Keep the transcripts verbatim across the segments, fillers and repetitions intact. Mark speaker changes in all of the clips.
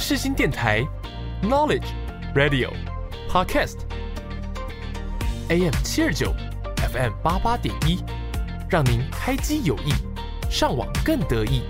Speaker 1: 世新电台 Knowledge Radio Podcast A M 七二九 F M 八八点一，让您开机有益，上网更得意。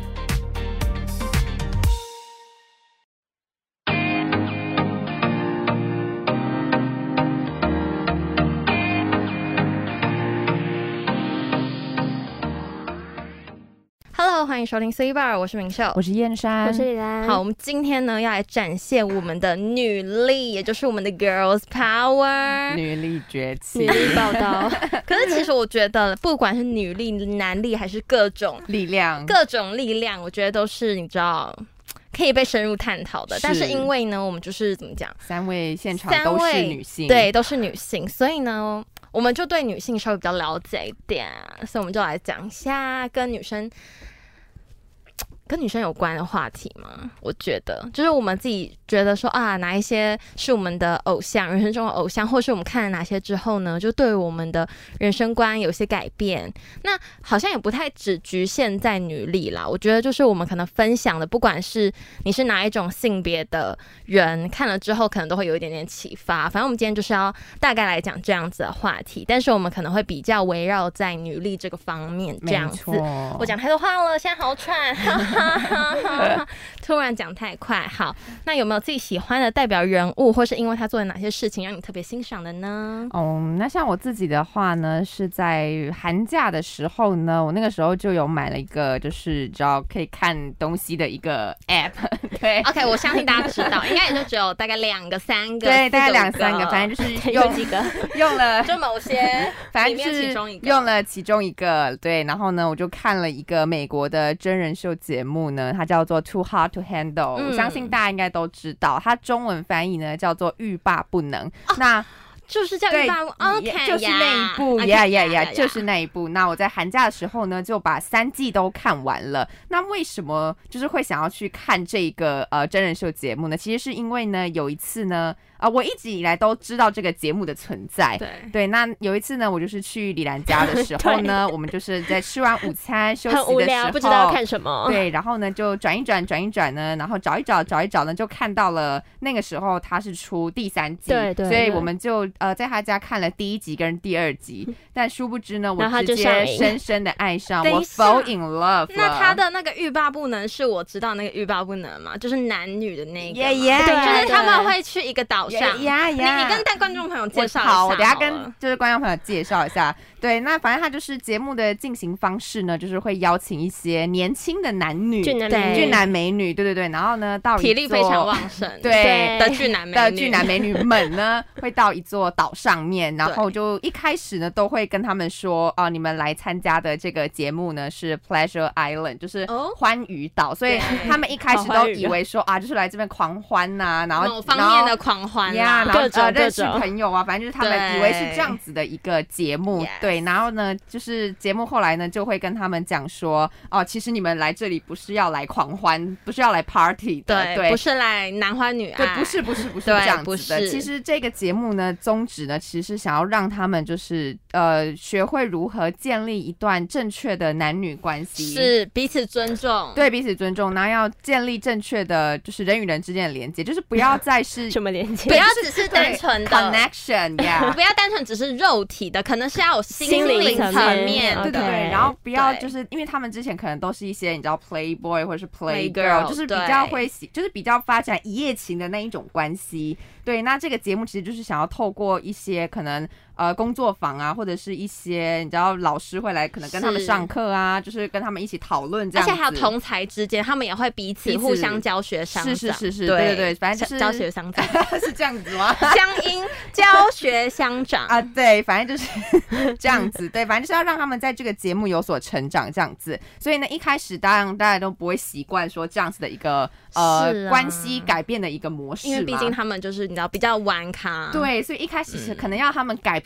Speaker 2: Hello， 欢迎收听 C Bar， 我是明秀，
Speaker 3: 我是燕山，
Speaker 4: 我是李兰。
Speaker 2: 好，我们今天呢要来展现我们的女力，也就是我们的 Girls Power，
Speaker 3: 女力崛起，
Speaker 4: 女力报道。
Speaker 2: 可是其实我觉得，不管是女力、男力，还是各种
Speaker 3: 力量，
Speaker 2: 各种力量，我觉得都是你知道可以被深入探讨的。但是因为呢，我们就是怎么讲，
Speaker 3: 三位现场都是女性，
Speaker 2: 对，都是女性，所以呢，我们就对女性稍微比较了解一点，所以我们就来讲一下跟女生。跟女生有关的话题吗？我觉得就是我们自己觉得说啊，哪一些是我们的偶像，人生中的偶像，或是我们看了哪些之后呢，就对我们的人生观有些改变。那好像也不太只局限在女力啦，我觉得就是我们可能分享的，不管是你是哪一种性别的人，看了之后可能都会有一点点启发。反正我们今天就是要大概来讲这样子的话题，但是我们可能会比较围绕在女力这个方面这样子。我讲太多话了，现在好喘。突然讲太快。好，那有没有自己喜欢的代表人物，或是因为他做了哪些事情让你特别欣赏的呢？
Speaker 3: 哦，那像我自己的话呢，是在寒假的时候呢，我那个时候就有买了一个，就是知道可以看东西的一个 app。对
Speaker 2: ，OK， 我相信大家知道，应该也就只有大概两个、三个，
Speaker 3: 对，大概两三个，反正就是用
Speaker 4: 几个
Speaker 3: 用了，
Speaker 2: 就某些，
Speaker 3: 反正就是用了其中一个，对，然后呢，我就看了一个美国的真人秀节目呢。它叫做 Too Hard to Handle，嗯，我相信大家应该都知道，它中文翻译呢叫做欲罢不能。哦，那
Speaker 2: 就是叫欲罢不能， okay，
Speaker 3: 就是那一部，呀呀呀，就是那一部。那我在寒假的时候呢，就把三季都看完了。那为什么就是会想要去看这个呃真人秀节目呢？其实是因为呢，有一次呢。呃，我一直以来都知道这个节目的存在，
Speaker 2: 对
Speaker 3: 对。那有一次呢，我就是去李兰家的时候呢，我们就是在吃完午餐休息的时候，
Speaker 4: 很无聊，不知道要看什么，
Speaker 3: 对。然后呢，就转一转，转一转呢，然后找一找，找一找呢，就看到了那个时候他是出第三季，
Speaker 4: 对 对, 对。
Speaker 3: 所以我们就呃在他家看了第一集跟第二集，但殊不知呢，我直接深深的爱上，我 fall in love。
Speaker 2: 那他的那个欲罢不能是我知道那个欲罢不能嘛，就是男女的那个，
Speaker 3: yeah, yeah,
Speaker 2: 对，就是他们会去一个岛上。
Speaker 3: Yeah, yeah, yeah。
Speaker 2: 你, 你跟带观众朋友介绍一下。
Speaker 3: 好，我等一下跟就是观众朋友介绍一下。对，那反正他就是节目的进行方式呢，就是会邀请一些年轻的男女，
Speaker 4: 俊男美女，
Speaker 3: 俊男美女，对对对，然后呢，到
Speaker 2: 体力非常旺盛，
Speaker 3: 对
Speaker 2: 的俊男美女
Speaker 3: 的俊男美女们呢，会到一座岛上面，然后就一开始呢，都会跟他们说，哦、呃，你们来参加的这个节目呢是 Pleasure Island， 就是欢愉岛，所以他们一开始都以为说啊，就是来这边狂欢呐、啊，然后
Speaker 2: 某方面的狂欢
Speaker 3: 呀、啊，然后
Speaker 4: 各种
Speaker 3: 呃认识朋友啊，反正就是他们以为是这样子的一个节目，对，然后呢。就是节目后来呢，就会跟他们讲说，哦，其实你们来这里不是要来狂欢，不是要来 party 的，
Speaker 2: 对，
Speaker 3: 对，
Speaker 2: 不是来男欢女爱，
Speaker 3: 对，不是，不是，不是这样子的。其实这个节目呢，宗旨呢，其实是想要让他们就是呃，学会如何建立一段正确的男女关系，
Speaker 2: 是彼此尊重，
Speaker 3: 对，彼此尊重，然后要建立正确的就是人与人之间的连接，就是不要再是
Speaker 4: 什么连接，
Speaker 2: 不要只是单纯的
Speaker 3: connection， 呀，
Speaker 2: 不要单纯只是肉体的，可能是要有心灵层面，
Speaker 3: 对对对，然后不要就是因为他们之前可能都是一些你知道 playboy 或者是 playgirl， 就是比较会就是比较发展一夜情的那一种关系。对，那这个节目其实就是想要透过一些可能呃工作坊啊，或者是一些你知道老师会来可能跟他们上课啊，就是跟他们一起讨论这样子，
Speaker 2: 而且还有同才之间，他们也会彼此互相教学相长，
Speaker 3: 是是是是，对对对，反正就是
Speaker 2: 教学相长
Speaker 3: 是这样子吗？
Speaker 2: 相因教学相长
Speaker 3: 啊，对，反正就是这样子，对，反正就是要让他们在这个节目有所成长这样子。所以呢，一开始当然大家都不会习惯说这样子的一个呃、啊、关系改变的一个模式嘛，
Speaker 2: 因为毕竟他们就是你知道比较玩咖，
Speaker 3: 对，所以一开始可能要他们改变。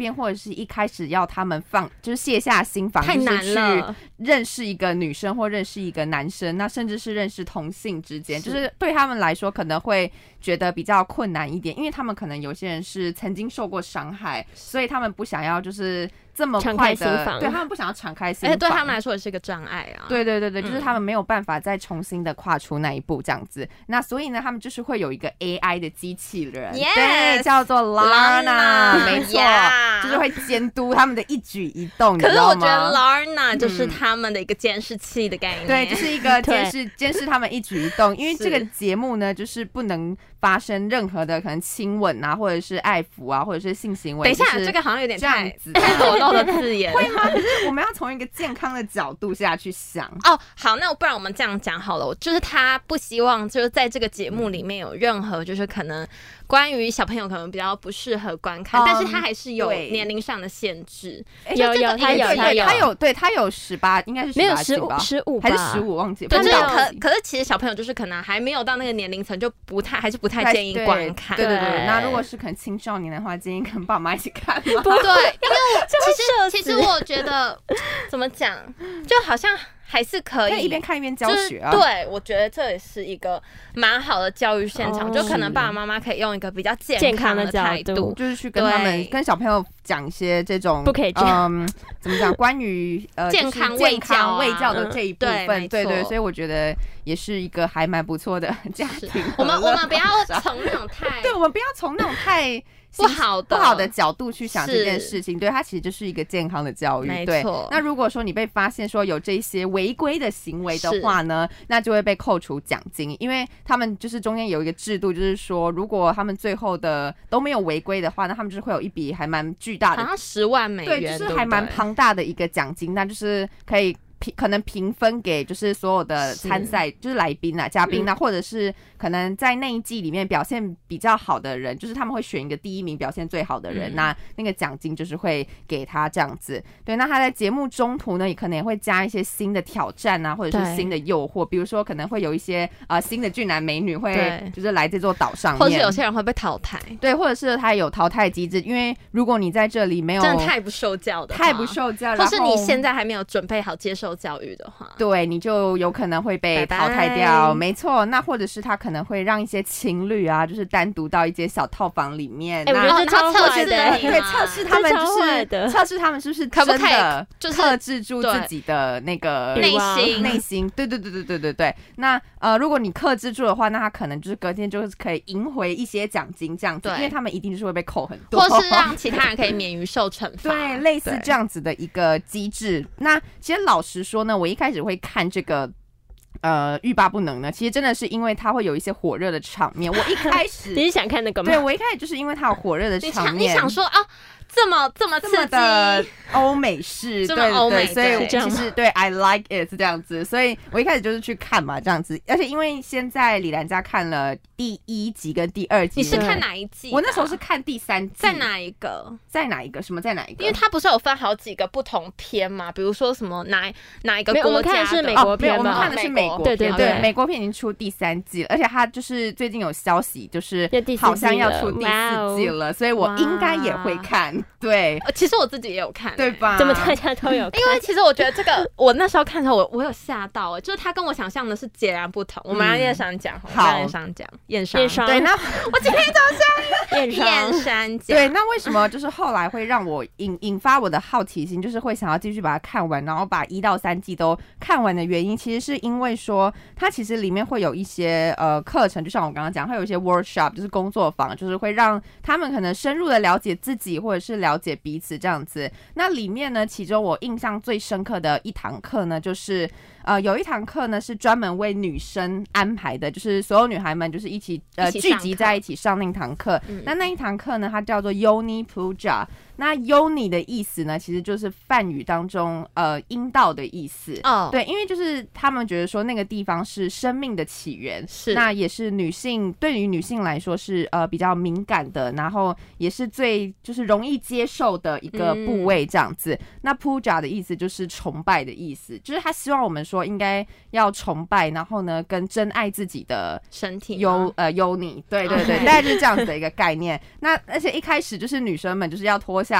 Speaker 3: 便或者是一开始要他们放就是卸下心防，
Speaker 2: 太难了，
Speaker 3: 去认识一个女生或认识一个男生，那甚至是认识同性之间，就是对他们来说可能会觉得比较困难一点，因为他们可能有些人是曾经受过伤害，所以他们不想要就是这么快的，对他们不想要敞开心房，
Speaker 2: 而且对他们来说也是一个障碍啊。
Speaker 3: 对对对对，就是他们没有办法再重新的跨出那一步这样子。嗯、那所以呢，他们就是会有一个 A I 的机器人，
Speaker 2: yes,
Speaker 3: 对，叫做 Lana， 没错，
Speaker 2: yeah.
Speaker 3: 就是会监督他们的一举一动。可是我
Speaker 2: 觉得 Lana 就是他们的一个监视器的概念，
Speaker 3: 嗯、对，就是一个监视监视他们一举一动。因为这个节目呢，就是不能发生任何的可能亲吻啊，或者是爱抚啊，或者是性行为。
Speaker 2: 等一下，
Speaker 3: 就是、
Speaker 2: 这个好像有点
Speaker 3: 这样子
Speaker 2: 太裸露的字眼，
Speaker 3: 会吗？可是我们要从一个健康的角度下去想。
Speaker 2: 哦，好，那不然我们这样讲好了，就是他不希望就是在这个节目里面有任何就是可能关于小朋友可能比较不适合观看，嗯、但是他还是有年龄上的限制。
Speaker 4: 有有他有
Speaker 3: 他有他有对他有十八，应该是
Speaker 4: 没有十五十五
Speaker 3: 还是十五忘记了。
Speaker 2: 对，就是可可是其实小朋友就是可能还没有到那个年龄层，就不太还是不太建议观看。
Speaker 3: 对对 对, 对，那如果是可能青少年的话，建议跟爸妈一起看嘛。
Speaker 2: 对，因为我其实其实我觉得怎么讲，就好像还是可以
Speaker 3: 一边看一边教学啊。
Speaker 2: 对，我觉得这也是一个蛮好的教育现场，哦、就可能爸爸妈妈可以用一个比较健康的态度，
Speaker 3: 就是去跟他们跟小朋友讲一些这种
Speaker 4: 不可以这样，
Speaker 3: 嗯，怎么讲？关于呃
Speaker 2: 健康卫教、啊、
Speaker 3: 卫教的这一部分，
Speaker 2: 嗯、
Speaker 3: 对, 对对，所以我觉得也是一个还蛮不错的家庭。
Speaker 2: 我们我们不要从那种太，
Speaker 3: 对，我们不要从那种太。
Speaker 2: 不好的
Speaker 3: 不好的角度去想这件事情，对，它其实就是一个健康的教育。对，那如果说你被发现说有这些违规的行为的话呢，那就会被扣除奖金，因为他们就是中间有一个制度，就是说如果他们最后的都没有违规的话，那他们就是会有一笔还蛮巨大的，
Speaker 2: 好像十万美元，
Speaker 3: 对，就是还蛮庞大的一个奖金，那就是可以。可能平分给就是所有的参赛就是来宾啊嘉宾啊、嗯、或者是可能在那一季里面表现比较好的人，就是他们会选一个第一名表现最好的人、嗯、那那个奖金就是会给他这样子。对，那他在节目中途呢也可能也会加一些新的挑战啊，或者是新的诱惑，比如说可能会有一些呃新的俊男美女会就是来这座岛上面，
Speaker 2: 或者是有些人会被淘汰，
Speaker 3: 对，或者是他有淘汰机制，因为如果你在这里没有
Speaker 2: 真的太不受教的
Speaker 3: 太不受教，
Speaker 2: 或是你现在还没有准备好接受教育的话，
Speaker 3: 对，你就有可能会被淘汰掉。拜拜，没错。那或者是他可能会让一些情侣啊，就是单独到一间小套房里面，
Speaker 4: 欸、那
Speaker 2: 他测试的，
Speaker 3: 对，测试他们就是测试他们是不是真的
Speaker 2: 就是
Speaker 3: 克制住自己的那个
Speaker 2: 内心
Speaker 3: 内心。对对对对对对对。那呃，如果你克制住的话，那他可能就是隔天就是可以赢回一些奖金这样子，因为他们一定就是会被扣很多，
Speaker 2: 或是让其他人可以免于受惩罚。
Speaker 3: 对，类似这样子的一个机制。那其实老实说呢，我一开始会看这个呃欲罢不能呢，其实真的是因为它会有一些火热的场面。我一开始
Speaker 4: 你是想看那个吗？
Speaker 3: 对，我一开始就是因为它有火热的场面，
Speaker 2: 你想说啊这么这么刺激
Speaker 3: 的欧美式，
Speaker 2: 这么欧美，
Speaker 3: 所以其实对 I like it 是这样子，所以我一开始就是去看嘛，这样子。而且因为现在李兰家看了第一集跟第二集，
Speaker 2: 你是看哪一季、啊？
Speaker 3: 我那时候是看第三季，
Speaker 2: 在哪一个？
Speaker 3: 在哪一个？什么在哪一个？
Speaker 2: 因为它不是有分好几个不同篇嘛，比如说什么哪哪一个国家的？
Speaker 4: 我们看的是美国片、
Speaker 3: 哦、我们看的是美国片，
Speaker 4: 对对
Speaker 3: 对, 对，美国片已经出第三季了，而且它就是最近有消息，就是好像要出第四季了，所以我应该也会看。对。
Speaker 2: 其实我自己也有看、欸，
Speaker 3: 对吧？
Speaker 4: 怎么大家都有看？
Speaker 2: 因为其实我觉得这个，我那时候看的时候我，我我有吓到、欸，就是它跟我想象的是截然不同。嗯、我们让燕山讲，好，燕山讲，燕山，
Speaker 3: 对，那
Speaker 2: 我今天早上燕山讲，
Speaker 3: 对，那为什么就是后来会让我引引发我的好奇心，就是会想要继续把它看完，然后把一到三季都看完的原因，其实是因为说它其实里面会有一些呃课程，就像我刚刚讲，会有一些 workshop， 就是工作坊，就是会让他们可能深入的了解自己，或者是了解彼此。这样子，那里面呢，其中我印象最深刻的一堂课呢，就是呃，有一堂课呢是专门为女生安排的，就是所有女孩们就是一起呃聚集在一起上那堂课。嗯、那那一堂课呢，它叫做 Yoni Puja。那 Yoni 的意思呢，其实就是梵语当中呃阴道的意思。哦，对，因为就是他们觉得说那个地方是生命的起源，是那也是女性对于女性来说是呃比较敏感的，然后也是最就是容易接受的一个部位这样子。嗯、那 Puja 的意思就是崇拜的意思，就是他希望我们说应该要崇拜，然后呢跟真爱自己的
Speaker 2: 身体
Speaker 3: 优呃 Yoni， 对对对， okay. 大概就是这样子的一个概念。那而且一开始就是女生们就是要脱下裤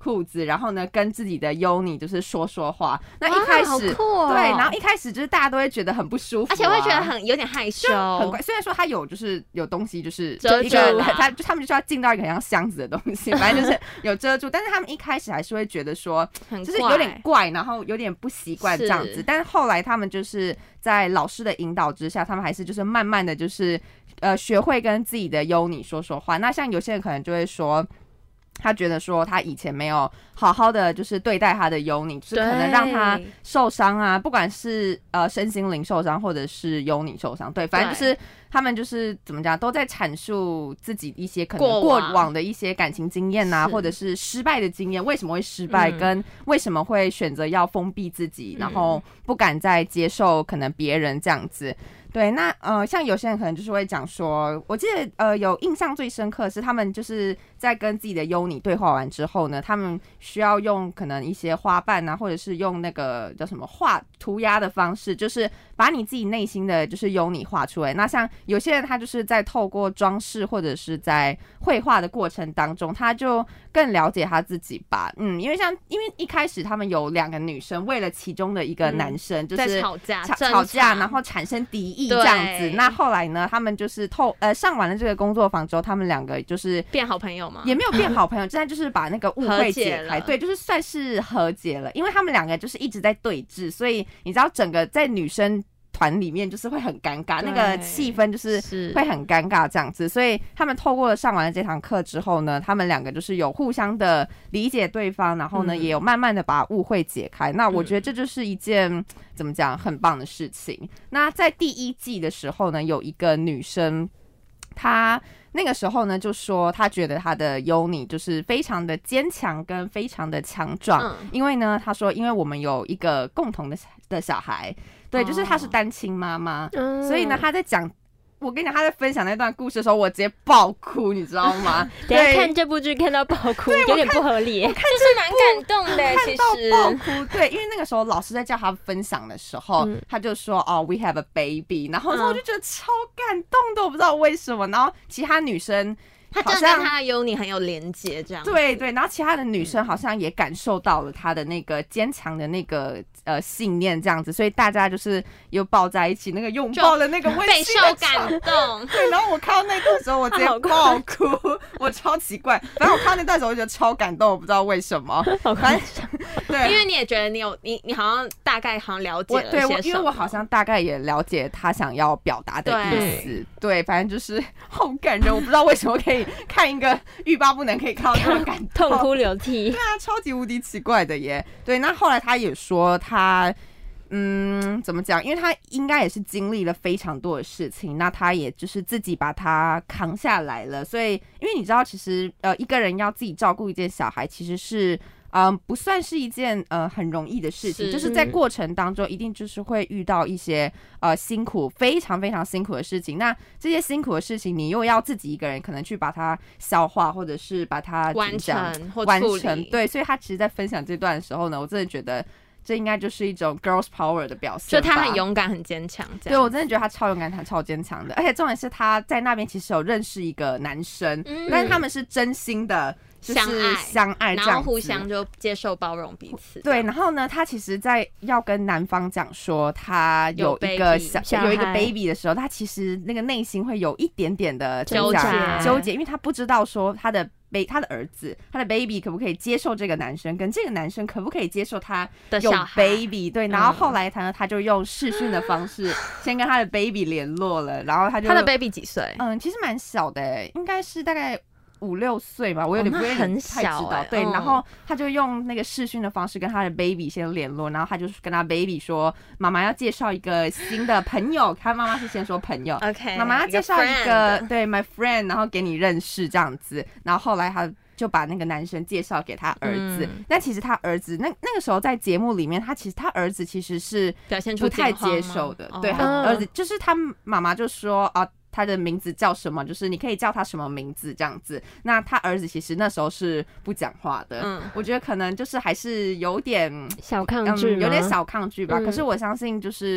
Speaker 3: 裤子，然后呢跟自己的优妮就是说说话。那一开始、
Speaker 2: 哦、
Speaker 3: 对，然后一开始就是大家都会觉得很不舒服、啊，
Speaker 2: 而且会觉得很有点害羞，
Speaker 3: 很怪。虽然说他有就是有东西就是
Speaker 2: 遮住
Speaker 3: 了，他他们就是要进到一个很像箱子的东西，反正就是有遮住，但是他们一开始还是会觉得说就是有点怪，然后有点不习惯这样子。但是后来他们就是在老师的引导之下，他们还是就是慢慢的就是呃学会跟自己的优妮说说话。那像有些人可能就会说，他觉得说他以前没有好好的就是对待他的优妮，就是可能让他受伤啊，不管是呃身心灵受伤或者是优妮受伤，对，反正就是他们就是怎么讲，都在阐述自己一些可能过往的一些感情经验啊，或者是失败的经验，为什么会失败，嗯、跟为什么会选择要封闭自己，嗯、然后不敢再接受可能别人这样子。对，那呃，像有些人可能就是会讲说，我记得呃，有印象最深刻的是他们就是在跟自己的优妮对话完之后呢，他们需要用可能一些花瓣啊，或者是用那个叫什么画涂鸦的方式，就是把你自己内心的就是优妮画出来。那像有些人他就是在透过装饰或者是在绘画的过程当中，他就更了解他自己吧。嗯，因为像因为一开始他们有两个女生为了其中的一个男生，嗯、就是
Speaker 2: 在吵架
Speaker 3: 吵吵架，然后产生敌意。这样子，那后来呢？他们就是透呃上完了这个工作坊之后，他们两个就是
Speaker 2: 变好朋友吗？
Speaker 3: 也没有变好朋友，真的就是把那个误会解开，对，就是算是和解了。因为他们两个就是一直在对峙，所以你知道整个在女生团里面就是会很尴尬，那个气氛就是会很尴尬这样子，所以他们透过了上完了这堂课之后呢，他们两个就是有互相的理解对方，然后呢、嗯、也有慢慢的把误会解开。那我觉得这就是一件、嗯、怎么讲很棒的事情。那在第一季的时候呢，有一个女生，她那个时候呢就说她觉得她的优妮就是非常的坚强跟非常的强壮、嗯、因为呢她说因为我们有一个共同的的小孩，对，就是她是单亲妈妈、哦、所以呢她在讲，我跟你讲，她在分享那段故事的时候，我直接爆哭，你知道吗？
Speaker 4: 等一下看这部剧看到爆哭，有点不合理。
Speaker 2: 我看就是蛮感动的，其实
Speaker 3: 看到爆哭。对，因为那个时候老师在叫她分享的时候，嗯、他就说哦 ，we have a baby， 然后我就觉得超感动的，我不知道为什么。然后其他女生。
Speaker 2: 他真的跟他的优妮很有连结，这样
Speaker 3: 对对，然后其他的女生好像也感受到了他的那个坚强的那个呃信念，这样子，所以大家就是又抱在一起，那个拥抱的那个温馨的
Speaker 2: 备受感动。
Speaker 3: 对，然后我看到那段时候，我直接爆哭，我超奇怪。反正我看到那段时候，我觉得超感动，我不知道为什么。反正对，
Speaker 2: 因为你也觉得你有你你好像大概好像了解了些什么，
Speaker 3: 对，因为我好像大概也了解他想要表达的意思。对，对，反正就是好感人，我不知道为什么可以。看一个欲罢不能可以看到这种感动，
Speaker 4: 痛哭流涕，
Speaker 3: 对啊，超级无敌奇怪的耶。对，那后来他也说他，嗯，怎么讲？因为他应该也是经历了非常多的事情，那他也就是自己把他扛下来了。所以，因为你知道，其实呃，一个人要自己照顾一件小孩，其实是。嗯，不算是一件呃很容易的事情，是就是在过程当中一定就是会遇到一些呃辛苦，非常非常辛苦的事情。那这些辛苦的事情，你又要自己一个人可能去把它消化，或者是把它
Speaker 2: 完成或
Speaker 3: 完成。对，所以他其实在分享这段的时候呢，我真的觉得这应该就是一种 girls power 的表现，
Speaker 2: 就他很勇敢、很坚强。
Speaker 3: 对，我真的觉得他超勇敢、超坚强的，而且重点是他在那边其实有认识一个男生，嗯、但是他们是真心的。就是相爱这样子，
Speaker 2: 然后互相就接受包容彼此。
Speaker 3: 对，然后呢，他其实在要跟男方讲说他有一个小有一个 baby 的时候，他其实那个内心会有一点点的
Speaker 2: 纠结
Speaker 3: 纠结，因为他不知道说他的他的儿子他的 baby 可不可以接受这个男生，跟这个男生可不可以接受他有 baby。对，然后后来他呢，他就用视讯的方式先跟他的 baby 联络了，然后他就
Speaker 2: 他的 baby 几岁？
Speaker 3: 嗯，其实蛮小的，应该是大概。五六岁吧，我有点不会太知道。
Speaker 2: 哦欸、
Speaker 3: 对、
Speaker 2: 嗯，
Speaker 3: 然后他就用那个视讯的方式跟他的 baby 先联络，然后他就跟他 baby 说，妈妈要介绍一个新的朋友。他妈妈是先说朋友
Speaker 2: ，OK，
Speaker 3: 妈妈要介绍一个对 my friend， 然后给你认识这样子。然后后来他就把那个男生介绍给他儿子。嗯、但其实他儿子那那个时候在节目里面，他其实他儿子其实是
Speaker 2: 表现出
Speaker 3: 不太接受的。对，他儿子就是他妈妈就说啊。他的名字叫什么？就是你可以叫他什么名字这样子。那他儿子其实那时候是不讲话的，嗯，我觉得可能就是还是有点
Speaker 4: 小抗拒、
Speaker 3: 嗯，有点小抗拒吧。嗯、可是我相信就是。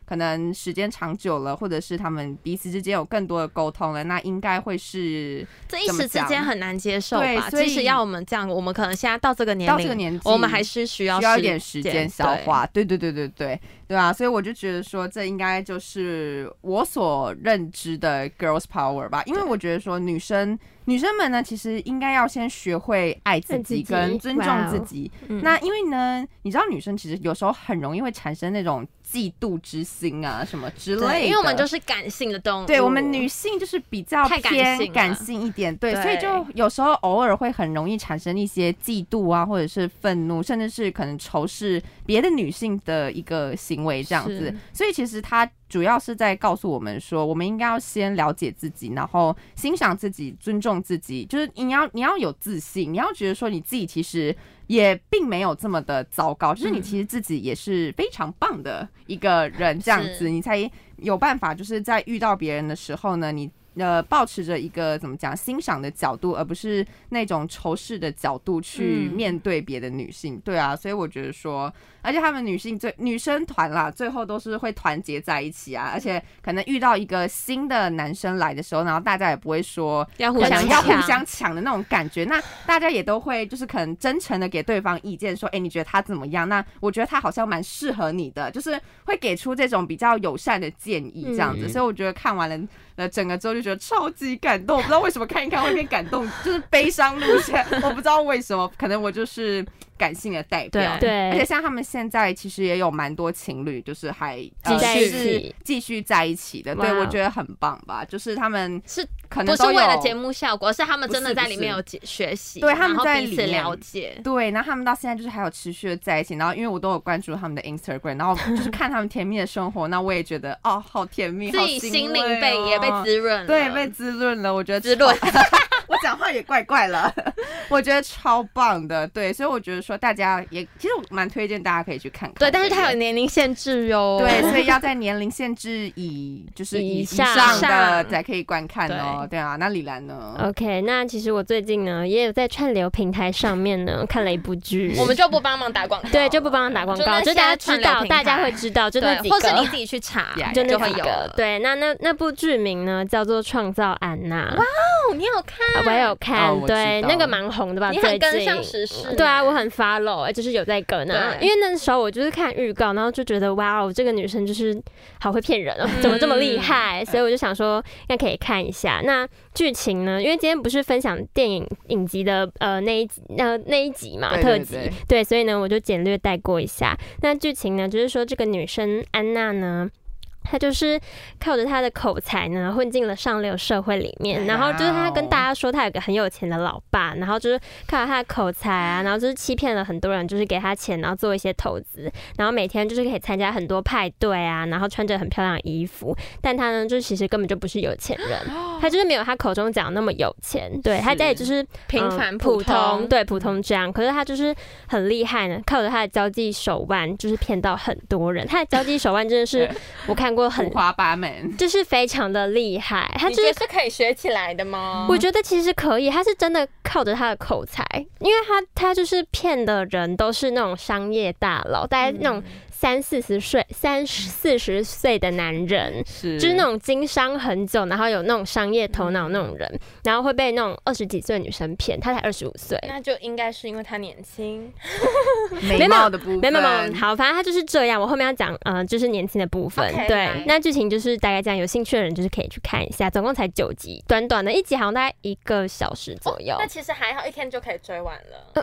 Speaker 3: 可能时间长久了，或者是他们彼此之间有更多的沟通了，那应该会是
Speaker 2: 这一时之间很难接受吧？
Speaker 3: 对，
Speaker 2: 即使要我们这样，我们可能现在到这个年龄，
Speaker 3: 到这个年纪，
Speaker 2: 我们还是需要
Speaker 3: 需要一点时间消化。对对对对对对啊！所以我就觉得说，这应该就是我所认知的 girls power 吧，因为我觉得说女生。女生们呢，其实应该要先学会爱自己跟尊重自己。Wow, 那因为呢，你知道女生其实有时候很容易会产生那种嫉妒之心啊，什么之类的。
Speaker 2: 因为我们就是感性的动物，
Speaker 3: 对我们女性就是比较偏感性一点，对，对所以就有时候偶尔会很容易产生一些嫉妒啊，或者是愤怒，甚至是可能仇视别的女性的一个行为这样子。所以其实她主要是在告诉我们说，我们应该要先了解自己，然后欣赏自己，尊重自己，就是你要你要有自信，你要觉得说你自己其实也并没有这么的糟糕，就是你其实自己也是非常棒的一个人，这样子你才有办法，就是在遇到别人的时候呢，你呃，抱持着一个怎么讲欣赏的角度，而不是那种仇视的角度去面对别的女性，嗯、对啊，所以我觉得说，而且他们女性最女生团啦，最后都是会团结在一起啊，而且可能遇到一个新的男生来的时候，然后大家也不会说
Speaker 2: 要互相
Speaker 3: 要互相抢的那种感觉，那大家也都会就是可能真诚的给对方意见，说，哎、欸，你觉得他怎么样？那我觉得他好像蛮适合你的，就是会给出这种比较友善的建议，这样子，嗯、所以我觉得看完了。呃，整个之后就觉得超级感动，我不知道为什么看一看会变感动，就是悲伤路线，我不知道为什么，可能我就是感性的代表。
Speaker 4: 对，
Speaker 3: 而且像他们现在其实也有蛮多情侣，就是还继续继续在一起的，对我觉得很棒吧。就是他们
Speaker 2: 是
Speaker 3: 可能
Speaker 2: 不是为了节目效果，而是他们真的在里面有学习，
Speaker 3: 对，他们在
Speaker 2: 彼此了解，
Speaker 3: 对，然后他们到现在就是还有持续的在一起。然后因为我都有关注他们的 Instagram， 然后就是看他们甜蜜的生活，那我也觉得哦，好甜蜜，
Speaker 2: 自己心灵被也被滋润了，
Speaker 3: 对，被滋润了。我觉得
Speaker 2: 滋润，
Speaker 3: 我讲话也怪怪了，我觉得超棒的。对，所以我觉得说大家也其实我蛮推荐大家可以去看看。
Speaker 2: 对，但是它有年龄限制哟。
Speaker 3: 对，所以要在年龄限制以就是以上的才可以观看哦。对啊，那李兰呢
Speaker 4: ？OK， 那其实我最近呢也有在串流平台上面呢看了一部剧，
Speaker 2: 我们就不帮忙打广告，
Speaker 4: 对，就不帮忙打广告，就大家知道，大家会知道，就那几个，
Speaker 2: 或是你自己去查，
Speaker 4: 就那几个。对，那那那部剧名呢叫做《创造安娜》。
Speaker 2: 哇哦，你有看？
Speaker 4: 我有看，
Speaker 3: 哦、
Speaker 4: 对，那个蛮红的吧？
Speaker 2: 你很跟上时事。
Speaker 4: 对啊，我很 follow， 就是有在跟啊。因为那时候我就是看预告，然后就觉得哇哦，这个女生就是好会骗人哦，怎么这么厉害？嗯、所以我就想说，应该可以看一下。那剧情呢？因为今天不是分享电影影集的呃那一集呃那一集嘛，
Speaker 3: 对对对
Speaker 4: 特辑，对，所以呢我就简略带过一下。那剧情呢，就是说这个女生安娜呢。她就是靠着她的口才呢，混进了上流社会里面。然后就是她跟大家说，她有个很有钱的老爸，然后就是靠着她的口才啊，然后就是欺骗了很多人，就是给她钱，然后做一些投资，然后每天就是可以参加很多派对啊，然后穿着很漂亮的衣服。但她呢，就其实根本就不是有钱人，她就是没有她口中讲那么有钱。对，她家里就是
Speaker 2: 平凡
Speaker 4: 普通，对，普通这样。可是她就是很厉害呢，靠着她的交际手腕，就是骗到很多人。她的交际手腕真的是我看过。
Speaker 3: 五花八门，
Speaker 4: 就是非常的厉害。他就是
Speaker 2: 你觉得是可以学起来的吗？
Speaker 4: 我觉得其实可以，他是真的靠着他的口才，因为他他就是骗的人都是那种商业大佬，大概那种三四十岁、三四十岁的男人，是就是那种经商很久，然后有那种商业头脑那种人，嗯、然后会被那种二十几岁的女生骗，他才二十五岁，
Speaker 2: 那就应该是因为他年轻，
Speaker 3: 美貌的部分，
Speaker 4: 没有没有好，反正他就是这样。我后面要讲，呃，就是年轻的部分， okay, 对。right. 那剧情就是大概这样，有兴趣的人就是可以去看一下，总共才九集，短短的一集好像大概一个小时左右。
Speaker 2: 哦、那其实还好，一天就可以追完了。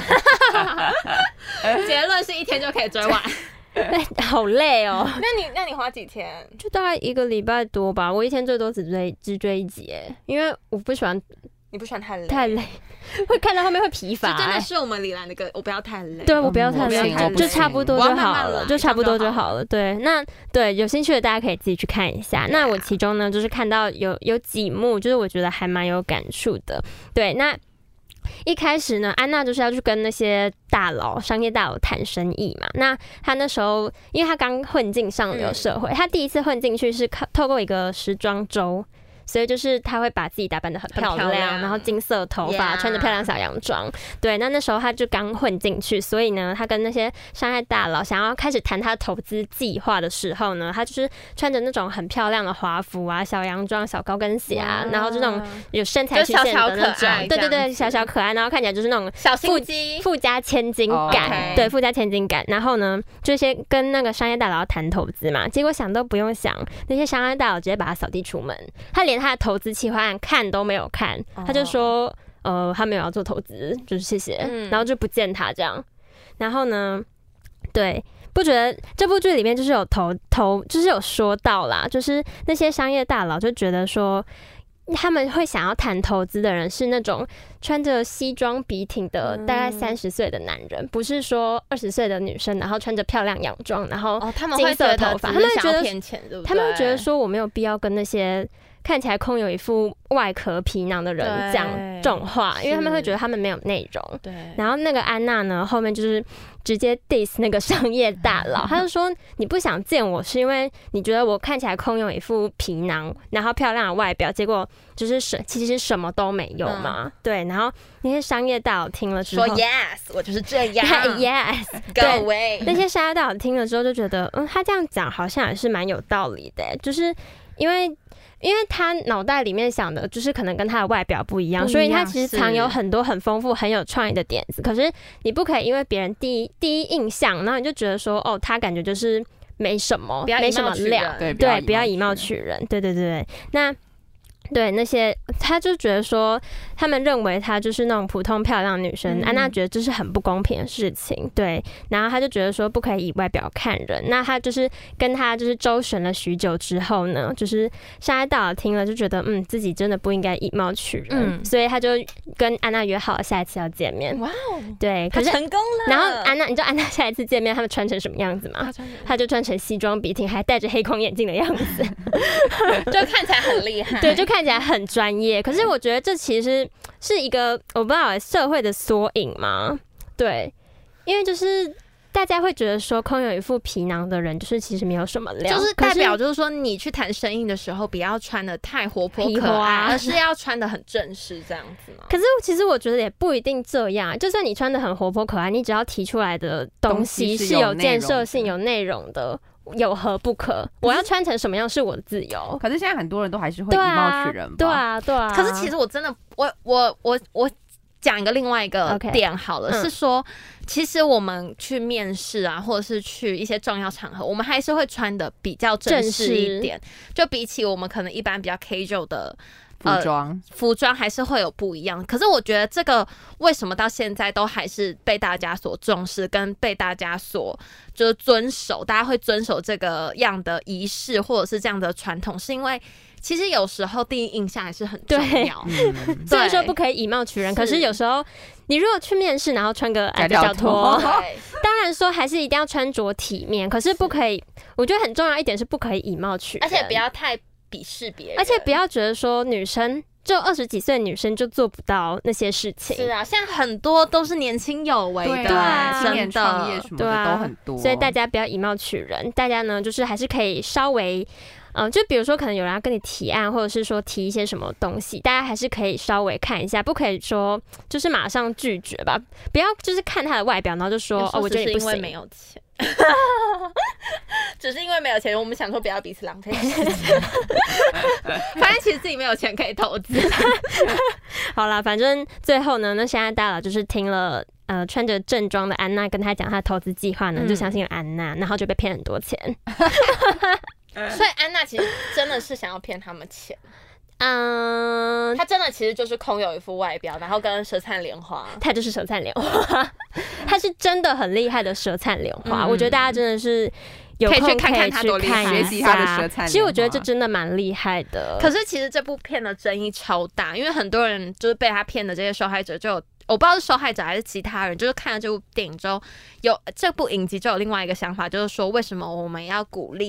Speaker 2: 结论是一天就可以追完。
Speaker 4: 好累哦。
Speaker 2: 那你那你花几天？
Speaker 4: 就大概一个礼拜多吧。我一天最多只追只追一集，因为我不喜欢，
Speaker 2: 你不喜欢太累，
Speaker 4: 太累，会看到后面会疲乏。
Speaker 2: 真的是我们李兰的歌，我不要太累。
Speaker 4: 对，我不要太累，嗯、就差不多就好了，就差不多就好了。对，那对有兴趣的大家可以自己去看一下。那我其中呢，就是看到有有几幕，就是我觉得还蛮有感触的。对，那。一开始呢，安娜就是要去跟那些大佬、商业大佬谈生意嘛。那她那时候，因为她刚混进上流社会，她、嗯、第一次混进去是靠透过一个时装周。 所以就是他会把自己打扮得很漂 亮,
Speaker 2: 很漂亮
Speaker 4: 然后金色头发，
Speaker 2: Yeah.
Speaker 4: 穿着漂亮小洋装。对，那那时候他就刚混进去，所以呢，他跟那些商业大佬想要开始谈他投资计划的时候呢，他就是穿着那种很漂亮的华服啊、小洋装、小高跟鞋啊， wow. 然后这种有身材曲线的那种，
Speaker 2: 小小
Speaker 4: 对对对，小小可爱，然后看起来就是那种
Speaker 2: 小心机、
Speaker 4: 富家千金感，
Speaker 2: oh, okay.
Speaker 4: 对，富家千金感。然后呢，就先跟那个商业大佬谈投资嘛，结果想都不用想，那些商业大佬直接把他扫地出门，他连他的投资企划案看都没有看， oh. 他就说，呃，他没有要做投资，就是谢谢，嗯，然后就不见他这样。然后呢，对。不觉得这部剧里面就是有投投，就是有说到啦，就是那些商业大佬就觉得说，他们会想要谈投资的人是那种穿着西装笔挺的大概三十岁的男人，嗯，不是说二十岁的女生，然后穿着漂亮洋装，然后金色头发，哦，他们会觉得骗钱，对不对？他们会觉得说我没有必要跟那些看起来空有一副外壳皮囊的人讲这种话，因为他们会觉得他们没有内容。对。然后那个安娜呢，后面就是直接 diss 那个商业大佬，他就说你不想见我是因为你觉得我看起来空有一副皮囊，然后漂亮的外表，结果就是什其实什么都没有嘛。嗯，对。然后那些商业大佬听了之后
Speaker 2: 说 yes， 我就是这样
Speaker 4: ，yes，
Speaker 2: go away。
Speaker 4: 那些商业大佬听了之后就觉得，嗯，他这样讲好像也是蛮有道理的，就是因为。因为他脑袋里面想的就是可能跟他的外表不一样，不一样，所以他其实藏有很多很丰富、很有创意的点子。可是你不可以因为别人第一第一印象，然后你就觉得说，哦，他感觉就是没什么，没什么料，
Speaker 3: 对，
Speaker 4: 对，不要以貌取人，对对对。那对那些，他就觉得说，他们认为他就是那种普通漂亮的女生，嗯，安娜觉得这是很不公平的事情，对。然后他就觉得说，不可以以外表看人。那他就是跟他就是周旋了许久之后呢，就是商业大佬听了就觉得，嗯，自己真的不应该以貌取人，嗯，所以他就跟安娜约好了下一次要见面。哇哦，对，可是
Speaker 2: 成功了。
Speaker 4: 然后安娜，你知道安娜下一次见面他们穿成什么样子吗？他就穿成西装笔挺，还戴着黑框眼镜的样子，
Speaker 2: 就看起来很厉害。
Speaker 4: 对，就看起来很专业。可是我觉得这其实是一个我不知道社会的缩影嘛，对，因为就是大家会觉得说空有一副皮囊的人就是其实没有什么料，
Speaker 2: 就是代表就是说你去谈生意的时候不要穿的太活泼可爱，而是要穿的很正式这样子嘛。
Speaker 4: 可是其实我觉得也不一定这样，就算你穿的很活泼可爱，你只要提出来的东西是有建设性有内容的，有何不可？我要穿成什么样是我的自由。
Speaker 3: 可是现在很多人都还是会以貌取人吧？
Speaker 4: 对啊，对啊。
Speaker 2: 可是其实我真的，我我我我讲一个另外一个点好了， okay, 是说，嗯，其实我们去面试啊，或者是去一些重要场合，我们还是会穿的比较正式一点，就比起我们可能一般比较 casual 的。
Speaker 3: 服装、呃，
Speaker 2: 服装还是会有不一样。可是我觉得这个为什么到现在都还是被大家所重视，跟被大家所就是遵守，大家会遵守这个样的仪式或者是这样的传统，是因为其实有时候第一印象还是很重要。
Speaker 4: 嗯，虽然说不可以以貌取人，可是有时候你如果去面试，然后穿个矮脚拖，当然说还是一定要穿着体面，可是不可以。我觉得很重要一点是不可以以貌取人，
Speaker 2: 而且不要太鄙视别人，
Speaker 4: 而且不要觉得说女生就二十几岁的女生就做不到那些事情。
Speaker 2: 是啊，现在很多都是年轻有为的，
Speaker 3: 对啊，青年创业什么的都很多，
Speaker 4: 所以大家不要以貌取人。大家呢，就是还是可以稍微，嗯、呃，就比如说可能有人要跟你提案，或者是说提一些什么东西，大家还是可以稍微看一下，不可以说就是马上拒绝吧。不要就是看他的外表，然后就说哦，我觉得你不行，
Speaker 2: 因为没有钱。只是因为没有钱，我们想说不要彼此浪费时间。反正其实自己没有钱可以投资。
Speaker 4: 好啦，反正最后呢，那现在大佬就是听了呃穿着正装的安娜跟他讲他的投资计划呢，嗯，就相信了安娜，然后就被骗很多钱。
Speaker 2: 所以安娜其实真的是想要骗他们钱。嗯，他真的其实就是空有一副外表，然后跟舌灿莲花，
Speaker 4: 他就是舌灿莲花，他是真的很厉害的舌灿莲花，嗯。我觉得大家真的是有空可以去看看他多厉害，
Speaker 3: 学习他的舌灿莲花。
Speaker 4: 其实我觉得这真的蛮厉害的。
Speaker 2: 可是其实这部片的争议超大，因为很多人就是被他骗的这些受害者就有。我不知道是受害者还是其他人，就是看了这部电影之后，有这部影集就有另外一个想法，就是说为什么我们要鼓励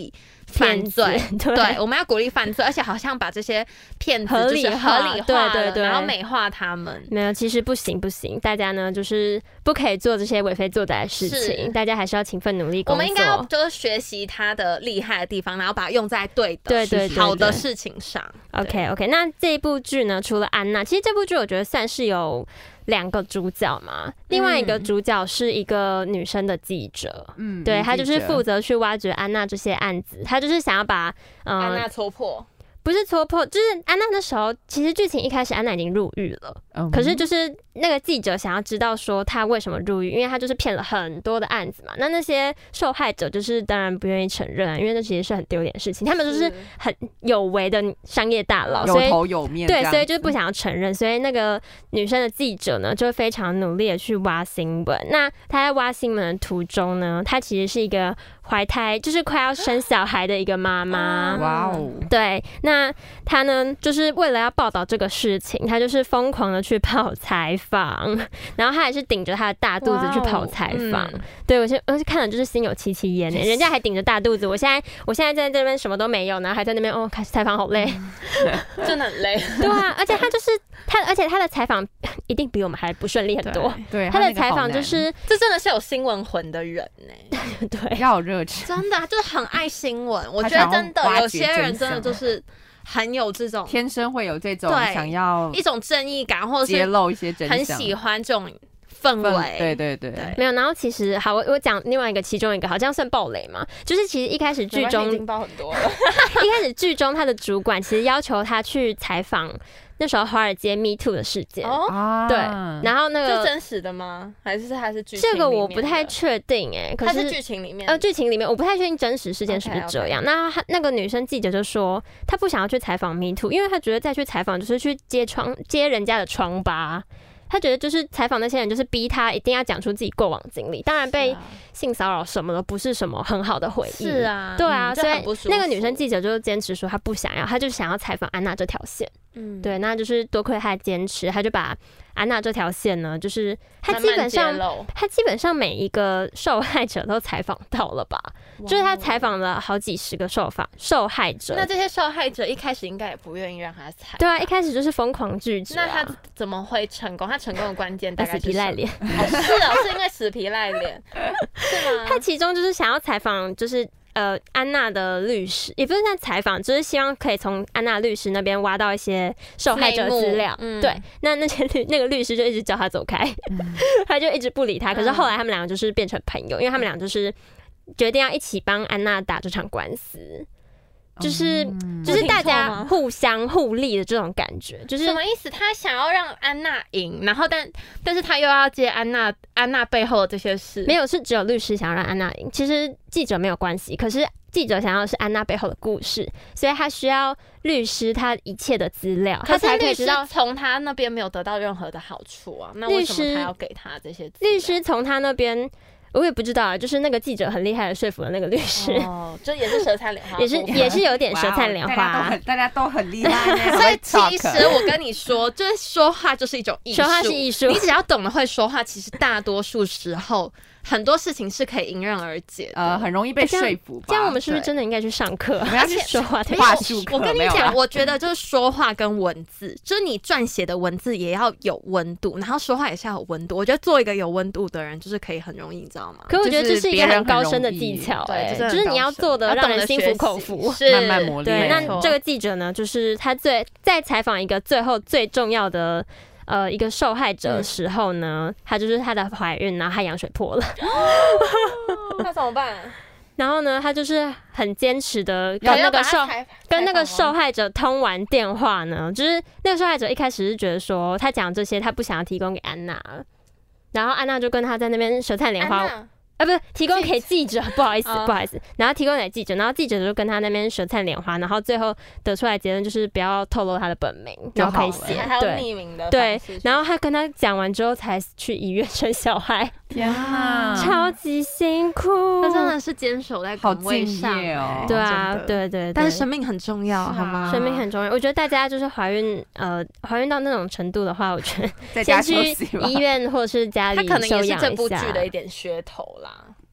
Speaker 2: 犯罪，
Speaker 4: 对,
Speaker 2: 对，我们要鼓励犯罪，而且好像把这些骗子
Speaker 4: 合理
Speaker 2: 化，合理化，
Speaker 4: 对对对，
Speaker 2: 然后美化他们。
Speaker 4: 没有，其实不行不行，大家呢就是不可以做这些为非作歹的事情，大家还是要勤奋努力工作。
Speaker 2: 我们应该要就是学习他的厉害的地方，然后把它用在对的、
Speaker 4: 对对对对
Speaker 2: 好的事情上。
Speaker 4: OK OK， 那这一部剧呢，除了安娜，其实这部剧我觉得算是有两个主角嘛，另外一个主角是一个女生的记者，嗯，对，她就是负责去挖掘安娜这些案子，她就是想要把、
Speaker 2: 呃、安娜戳破。
Speaker 4: 不是戳破，就是安娜那时候，其实剧情一开始安娜已经入狱了，嗯、可是就是那个记者想要知道说她为什么入狱，因为她就是骗了很多的案子嘛。那那些受害者就是当然不愿意承认啊，因为那其实是很丢脸的事情，他们就是很有为的商业大佬，
Speaker 3: 有头有面，
Speaker 4: 对，所以就是不想要承认。所以那个女生的记者呢，就非常努力的去挖新闻。那她在挖新闻的途中呢，她其实是一个怀胎，就是快要生小孩的一个妈妈。
Speaker 3: 哇哦，
Speaker 4: 对，那她呢，就是为了要报道这个事情，她就是疯狂的去跑采访，然后她还是顶着她的大肚子去跑采访。嗯、对我就我就看了就是心有戚戚焉诶，人家还顶着大肚子，我现在我现在在这边什么都没有，然后还在那边哦，开始采访好累，
Speaker 2: 嗯、真的很累。
Speaker 4: 对啊，而且她就是她，而且她的采访一定比我们还不顺利很多。
Speaker 3: 对，
Speaker 4: 她的采访就是
Speaker 2: 这真的是有新闻魂的人呢。
Speaker 4: 对，
Speaker 3: 要有热情，
Speaker 2: 真的就是很爱新闻。我觉得真的有些人真的就是很有这种
Speaker 3: 天生会有这种想要
Speaker 2: 一种正义感，或者是
Speaker 3: 揭露一些真相，
Speaker 2: 很喜欢这种氛围。
Speaker 3: 对对 对, 对，
Speaker 4: 没有。然后其实好，我我讲另外一个，其中一个好像算暴雷嘛，就是其实一开始剧中
Speaker 2: 已经爆很多了。
Speaker 4: 一开始剧中他的主管其实要求他去采访那时候华尔街 Me Too 的事件，哦，对，然后那个
Speaker 2: 是真实的吗？还是它是剧情里面的？
Speaker 4: 这个我不太确定哎、欸，可是
Speaker 2: 它是剧情里面
Speaker 4: 呃，剧情里面我不太确定真实事件是不是这样。Okay, okay. 那那个女生记者就说，她不想要去采访 Me Too， 因为她觉得再去采访就是去揭疮揭人家的疮疤。他觉得就是采访那些人，就是逼他一定要讲出自己过往经历，当然被性骚扰什么的不是什么很好的回忆。
Speaker 2: 是啊，
Speaker 4: 对啊，
Speaker 2: 嗯、
Speaker 4: 所以那个女生记者就坚持说她不想要，她就想要采访安娜这条线。嗯，对，那就是多亏她的坚持，她就把安娜这条线呢，就是她基本上她基本上每一个受害者都采访到了吧，就是她采访了好几十个受访受害者。
Speaker 2: 那这些受害者一开始应该也不愿意让她采。
Speaker 4: 对啊，一开始就是疯狂拒绝、啊。
Speaker 2: 那她怎么会成功？她成功的关键大概是
Speaker 4: 死皮赖脸。
Speaker 2: 哦，是啊，是因为死皮赖脸，是吗？
Speaker 4: 她其中就是想要采访，就是呃安娜的律师，也不是在采访，就是希望可以从安娜律师那边挖到一些受害者资料。嗯、对，那那些律那个律师就一直叫他走开，嗯、他就一直不理他。可是后来他们两个就是变成朋友，因为他们俩就是决定要一起帮安娜打这场官司。就是、嗯、就是大家互相互利的这种感觉，就是
Speaker 2: 什么意思？他想要让安娜赢，然后但但是他又要接安娜安娜背后的这些事，
Speaker 4: 没有，是只有律师想要让安娜赢，其实记者没有关系，可是记者想要的是安娜背后的故事，所以他需要律师他一切的资料，他才可以知道。
Speaker 2: 从他那边没有得到任何的好处啊，那为什么他要给他这些资料？
Speaker 4: 律师从他那边。我也不知道啊，就是那个记者很厉害的说服了那个律师，
Speaker 2: 哦，就也是舌灿莲花，
Speaker 4: 也是也是有点舌灿莲花，
Speaker 3: 大家, 大家都很厉害。
Speaker 2: 所以其实我跟你说，就是说话就是一种艺术，
Speaker 4: 说话是艺术，
Speaker 2: 你只要懂得会说话，其实大多数时候很多事情是可以迎刃而解的，
Speaker 3: 呃，很容易被说服吧。
Speaker 4: 这样我们是不是真的应该去上课？
Speaker 3: 我们要去
Speaker 4: 说话的
Speaker 3: 话术课。
Speaker 2: 我跟你讲，我觉得就是说话跟文字，就是你撰写的文字也要有温度，然后说话也是要有温度。我觉得做一个有温度的人，就是可以很容易，你知道吗？
Speaker 4: 可我觉得这是一个很高深的技巧，哎、欸，就是你要做的让人心服口服，
Speaker 3: 慢慢磨练。
Speaker 4: 对，那这个记者呢，就是他最在采访一个最后最重要的。呃，一个受害者的时候呢，嗯、她就是她的怀孕，然后她羊水破了，
Speaker 2: 那怎么办？
Speaker 4: 然后呢，她就是很坚持的跟那个受跟那个受害者通完电话呢，就是那个受害者一开始是觉得说他讲这些他不想要提供给安娜了，然后安娜就跟他在那边舌灿莲花。啊，不是提供给记者，不好意思，不好意思，然后提供给记者，然后记者就跟他那边舌灿莲花，然后最后得出来结论就是不要透露他的本名，然后可以写，
Speaker 2: 还有匿名的，
Speaker 4: 对，然后他跟他讲完之后才去医院生小孩，
Speaker 3: 天啊，
Speaker 4: 超级辛苦，
Speaker 2: 他真的是坚守在岗位上，
Speaker 3: 哦，
Speaker 4: 对啊，对 对, 对，
Speaker 2: 但是生命很重要，好吗？
Speaker 4: 生命很重要，我觉得大家就是怀孕，呃，怀孕到那种程度的话，我觉得先去医院或者是家里
Speaker 2: 他可能也是这部剧的一点噱头啦。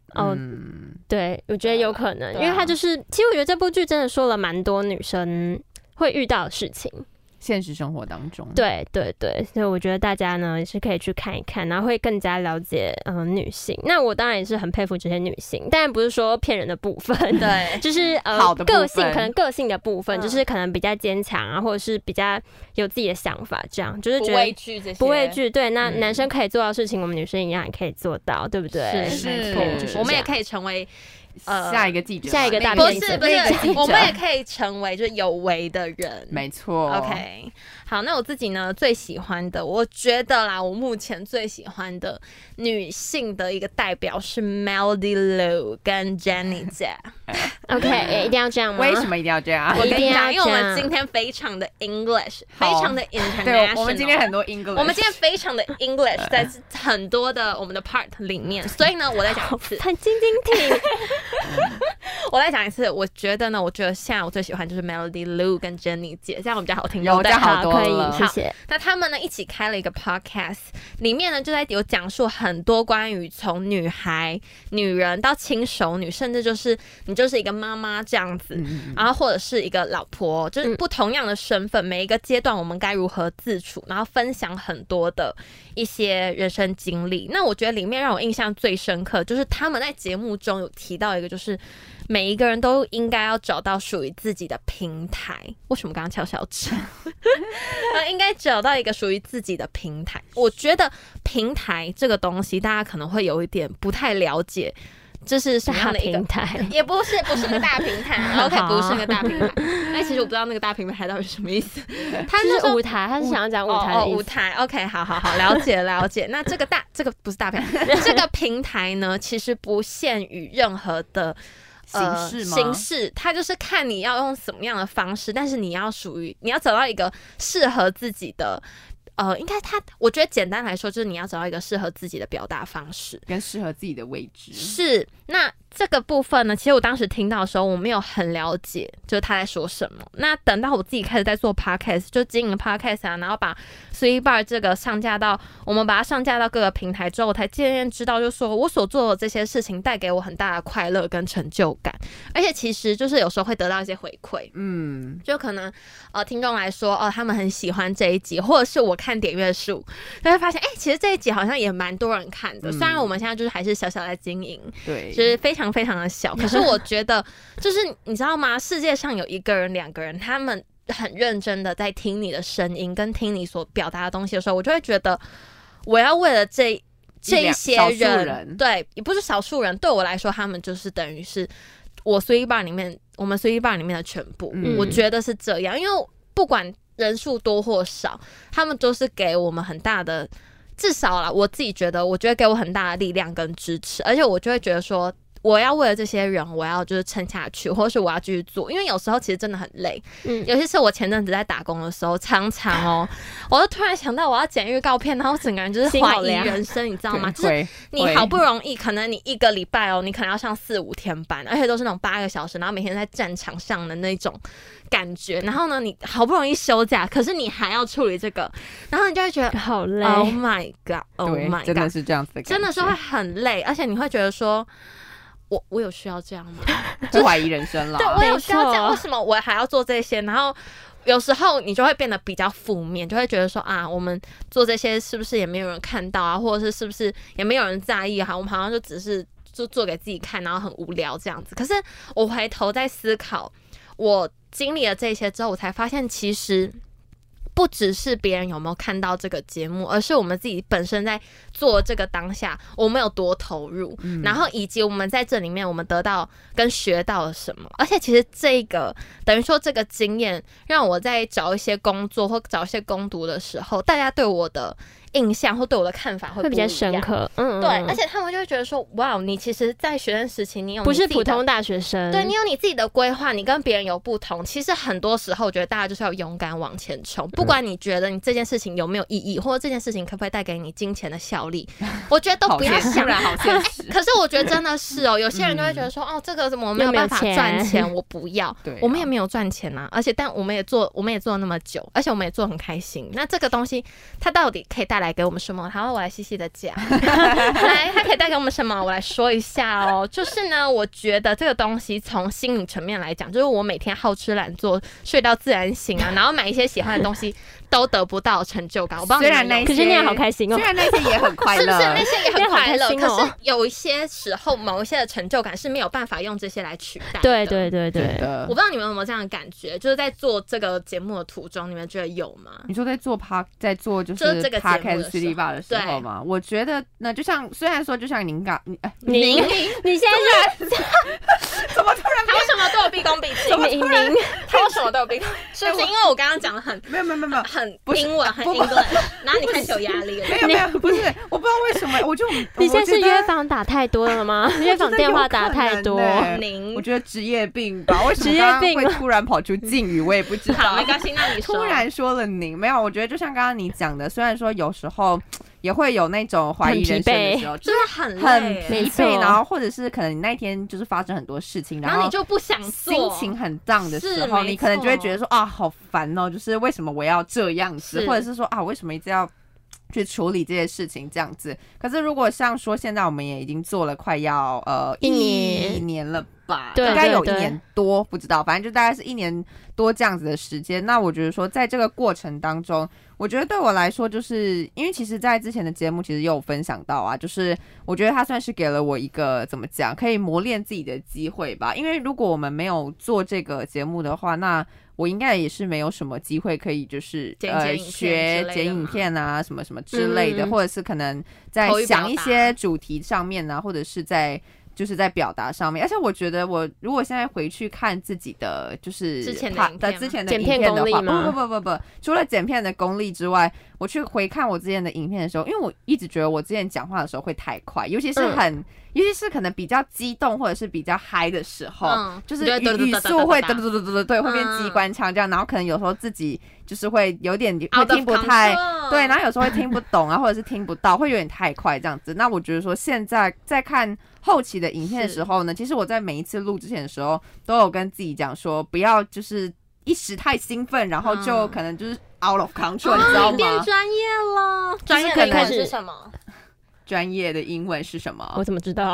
Speaker 4: 哦，嗯、对，我觉得有可能，呃、因为他就是，其实我觉得这部剧真的说了蛮多女生会遇到的事情。
Speaker 3: 现实生活当中，
Speaker 4: 对对对，所以我觉得大家呢也是可以去看一看，然后会更加了解嗯、呃、女性。那我当然也是很佩服这些女性，当然不是说骗人的部分，
Speaker 2: 对，
Speaker 4: 就是呃个性可能个性的部分，嗯、就是可能比较坚强啊，或者是比较有自己的想法，这样就是觉得
Speaker 2: 不畏惧这些，
Speaker 4: 不畏惧。对，那男生可以做到的事情，嗯、我们女生一样也可以做到，对不对？
Speaker 2: 是没错，就是我们也可以成为。
Speaker 3: 呃，下一个记者，
Speaker 4: 下一个大
Speaker 2: 不是不是，我们也可以成为就是有为的人，
Speaker 3: 没错。
Speaker 2: OK， 好，那我自己呢最喜欢的，我觉得啦，我目前最喜欢的女性的一个代表是 Melody Lu 跟 Jenny Jia。OK，
Speaker 4: 一定要这样吗？
Speaker 3: 为什么一定要这样？
Speaker 2: 我跟你讲，因为我们今天非常的 English， 非常的 international。
Speaker 3: 对，我们今天很多 English，
Speaker 2: 我们今天非常的 English， 在很多的我们的 part 里面，所以呢，我再讲一次，
Speaker 4: 很晶晶体。
Speaker 2: 我再讲一次，我觉得呢，我觉得现在我最喜欢就是 Melody Lu 跟 Jenny 姐，这样我比较好听，
Speaker 3: 有这样好多了，
Speaker 4: 可以，谢谢。
Speaker 2: 那他们呢一起开了一个 podcast， 里面呢就在有讲述很多关于从女孩、女人到轻熟女，甚至就是你就是一个妈妈这样子，嗯、然后或者是一个老婆，就是不同样的身份，嗯、每一个阶段我们该如何自处，然后分享很多的一些人生经历。那我觉得里面让我印象最深刻，就是他们在节目中有提到一个，就是每一个人都应该要找到属于自己的平台。为什么刚刚翘小指？应该找到一个属于自己的平台。我觉得平台这个东西，大家可能会有一点不太了解。这是什么样的一个
Speaker 4: 平台？
Speaker 2: 也不是，不是个大平台。OK， 不是个大平台。哎，其实我不知道那个大平台到底是什么意思。
Speaker 4: 它是舞台，他是想要讲舞台的意思。
Speaker 2: 哦，舞台。OK， 好好好，了解了解。那这个大，这个不是大平台，这个平台呢，其实不限于任何的。
Speaker 3: 呃、形式吗？
Speaker 2: 形式，它就是看你要用什么样的方式，但是你要属于你要找到一个适合自己的，呃，应该它，我觉得简单来说就是你要找到一个适合自己的表达方式，
Speaker 3: 跟适合自己的位置。
Speaker 2: 是，那这个部分呢，其实我当时听到的时候，我没有很了解，就是他在说什么。那等到我自己开始在做 podcast， 就经营 podcast 啊，然后把 Sweet Bar 这个上架到，我们把它上架到各个平台之后，我才渐渐知道，就是说我所做的这些事情带给我很大的快乐跟成就感，而且其实就是有时候会得到一些回馈，嗯，就可能呃听众来说，哦，他们很喜欢这一集，或者是我看点阅数，就会发现，哎、欸，其实这一集好像也蛮多人看的，嗯、虽然我们现在就是还是小小在经营，对，就是非常。非常的小，可是我觉得就是你知道吗？世界上有一个人、两个人，他们很认真的在听你的声音，跟听你所表达的东西的时候，我就会觉得我要为了这这一些人，人对，也不是少数人，对我来说，他们就是等于是我 Sweet Bar 里面，我们 Sweet Bar 里面的全部。嗯、我觉得是这样，因为不管人数多或少，他们都是给我们很大的，至少啦，我自己觉得，我觉得给我很大的力量跟支持，而且我就会觉得说。我要为了这些人，我要就是撑下去，或者是我要继续做，因为有时候其实真的很累。嗯，尤其是我前阵子在打工的时候，常常哦，我就突然想到我要剪预告片，然后整个人就是怀疑人生，你知道吗？就是你好不容易，可能你一个礼拜哦，你可能要上四五天班，而且都是那种八个小时，然后每天在战场上的那种感觉。然后呢，你好不容易休假，可是你还要处理这个，然后你就会觉得
Speaker 4: 好累。
Speaker 2: Oh my god! Oh my god!
Speaker 3: 真的是这样子的感觉，
Speaker 2: 真的是会很累，而且你会觉得说。我我有需要这样吗？
Speaker 3: 就怀疑人生了。
Speaker 2: 对，我有需要这样，为什么我还要做这些？然后有时候你就会变得比较负面，就会觉得说啊，我们做这些是不是也没有人看到啊，或者是是不是也没有人在意啊？我们好像就只是就做给自己看，然后很无聊这样子。可是我回头在思考，我经历了这些之后，我才发现其实。不只是别人有没有看到这个节目，而是我们自己本身在做这个当下，我们有多投入，嗯、然后以及我们在这里面我们得到跟学到了什么。而且其实这个等于说这个经验，让我在找一些工作或找一些工读的时候，大家对我的印象或对我的看法会不一样，
Speaker 4: 会比较深刻。嗯，
Speaker 2: 对，而且他们就会觉得说，哇，你其实，在学生时期，你有你
Speaker 4: 不是普通大学生，
Speaker 2: 对你有你自己的规划，你跟别人有不同。其实很多时候，我觉得大家就是要勇敢往前冲，不管你觉得你这件事情有没有意义，或者这件事情可不可以带给你金钱的效力，我觉得都不要想。
Speaker 3: 好现实。
Speaker 2: 可是我觉得真的是哦，有些人就会觉得说，嗯、哦，这个我没有办法赚钱，我不要。对、啊，我们也没有赚钱啊，而且但我们也做，我们也做了那么久，而且我们也做得很开心。那这个东西，它到底可以带带来给我们什么？好，我来细细的讲。来，它可以带给我们什么？我来说一下哦。就是呢，我觉得这个东西从心理层面来讲，就是我每天好吃懒做，睡到自然醒啊，然后买一些喜欢的东西，都得不到成就感。我不知道你们有没有，
Speaker 4: 可是那样好开心哦。
Speaker 3: 虽然那些也很快乐，
Speaker 2: 是不是那些也很快乐？
Speaker 4: 哦、
Speaker 2: 可是有一些时候，某一些的成就感是没有办法用这些来取代的。
Speaker 4: 对对对对，
Speaker 2: 我不知道你们有没有这样的感觉，就是在做这个节目的途中，你们觉得有吗？
Speaker 3: 你说在做 Park 在做就是 Podcast City Bar 的时候嘛，我觉得那就像虽然说就像您刚你
Speaker 2: 您
Speaker 4: 你现在
Speaker 3: 是怎么突然
Speaker 2: 他为什么对我毕恭毕敬？
Speaker 4: 您您
Speaker 2: 他为什么对我毕恭？是不是因为我刚刚讲的很
Speaker 3: 没有没有没有
Speaker 2: 很英文很 English， 然后你开始有压力了？
Speaker 3: 没有没有，不是，我不知道为什么，我就
Speaker 4: 你现在是约访打太多了吗？约访电话打太多，
Speaker 2: 您
Speaker 3: 我觉得职业病吧？为什么刚刚会突然跑出敬语？我也不知道。
Speaker 2: 好，没关系，那你说。
Speaker 3: 突然说了您，没有，我觉得就像刚刚你讲的，虽然说有时候也会有那种怀疑人生的时候，
Speaker 2: 真的很
Speaker 3: 很疲惫，然后或者是可能你那天就是发生很多事情，
Speaker 2: 然后你就不想做，
Speaker 3: 心情很down的时候，你可能就会觉得说啊，好烦哦，就是为什么我要这样子，或者是说啊，为什么一直要去处理这些事情这样子。可是如果像说现在我们也已经做了快要呃
Speaker 4: 一年
Speaker 3: 一年了吧，
Speaker 4: 对，
Speaker 3: 应该有一年多，不知道，反正就大概是一年多这样子的时间。那我觉得说在这个过程当中，我觉得对我来说，就是因为其实在之前的节目其实也有分享到啊，就是我觉得它算是给了我一个怎么讲可以磨练自己的机会吧。因为如果我们没有做这个节目的话，那我应该也是没有什么机会可以就是呃学剪影片啊什么什么之类的，嗯、或者是可能在想一些主题上面啊，或者是在就是在表达上面。而且我觉得我如果现在回去看自己的就是
Speaker 2: 之前的影片
Speaker 3: 之前的影片的话，不不不不不，除了剪片的功力之外，我去回看我之前的影片的时候，因为我一直觉得我之前讲话的时候会太快，尤其是很。嗯尤其是可能比较激动或者是比较嗨的时候，嗯、就是语速会对对对对对，会变机关枪这样，然后可能有时候自己就是会有点会听不太对，然后有时候会听不懂啊，或者是听不到，会有点太快这样子。那我觉得说现在在看后期的影片的时候呢，其实我在每一次录之前的时候，都有跟自己讲说，不要就是一时太兴奋，然后就可能就是 out of control，、嗯、你知道吗？
Speaker 2: 变专业了，专业的英文是什么？
Speaker 3: 专业的英文是什么？
Speaker 4: 我怎么知道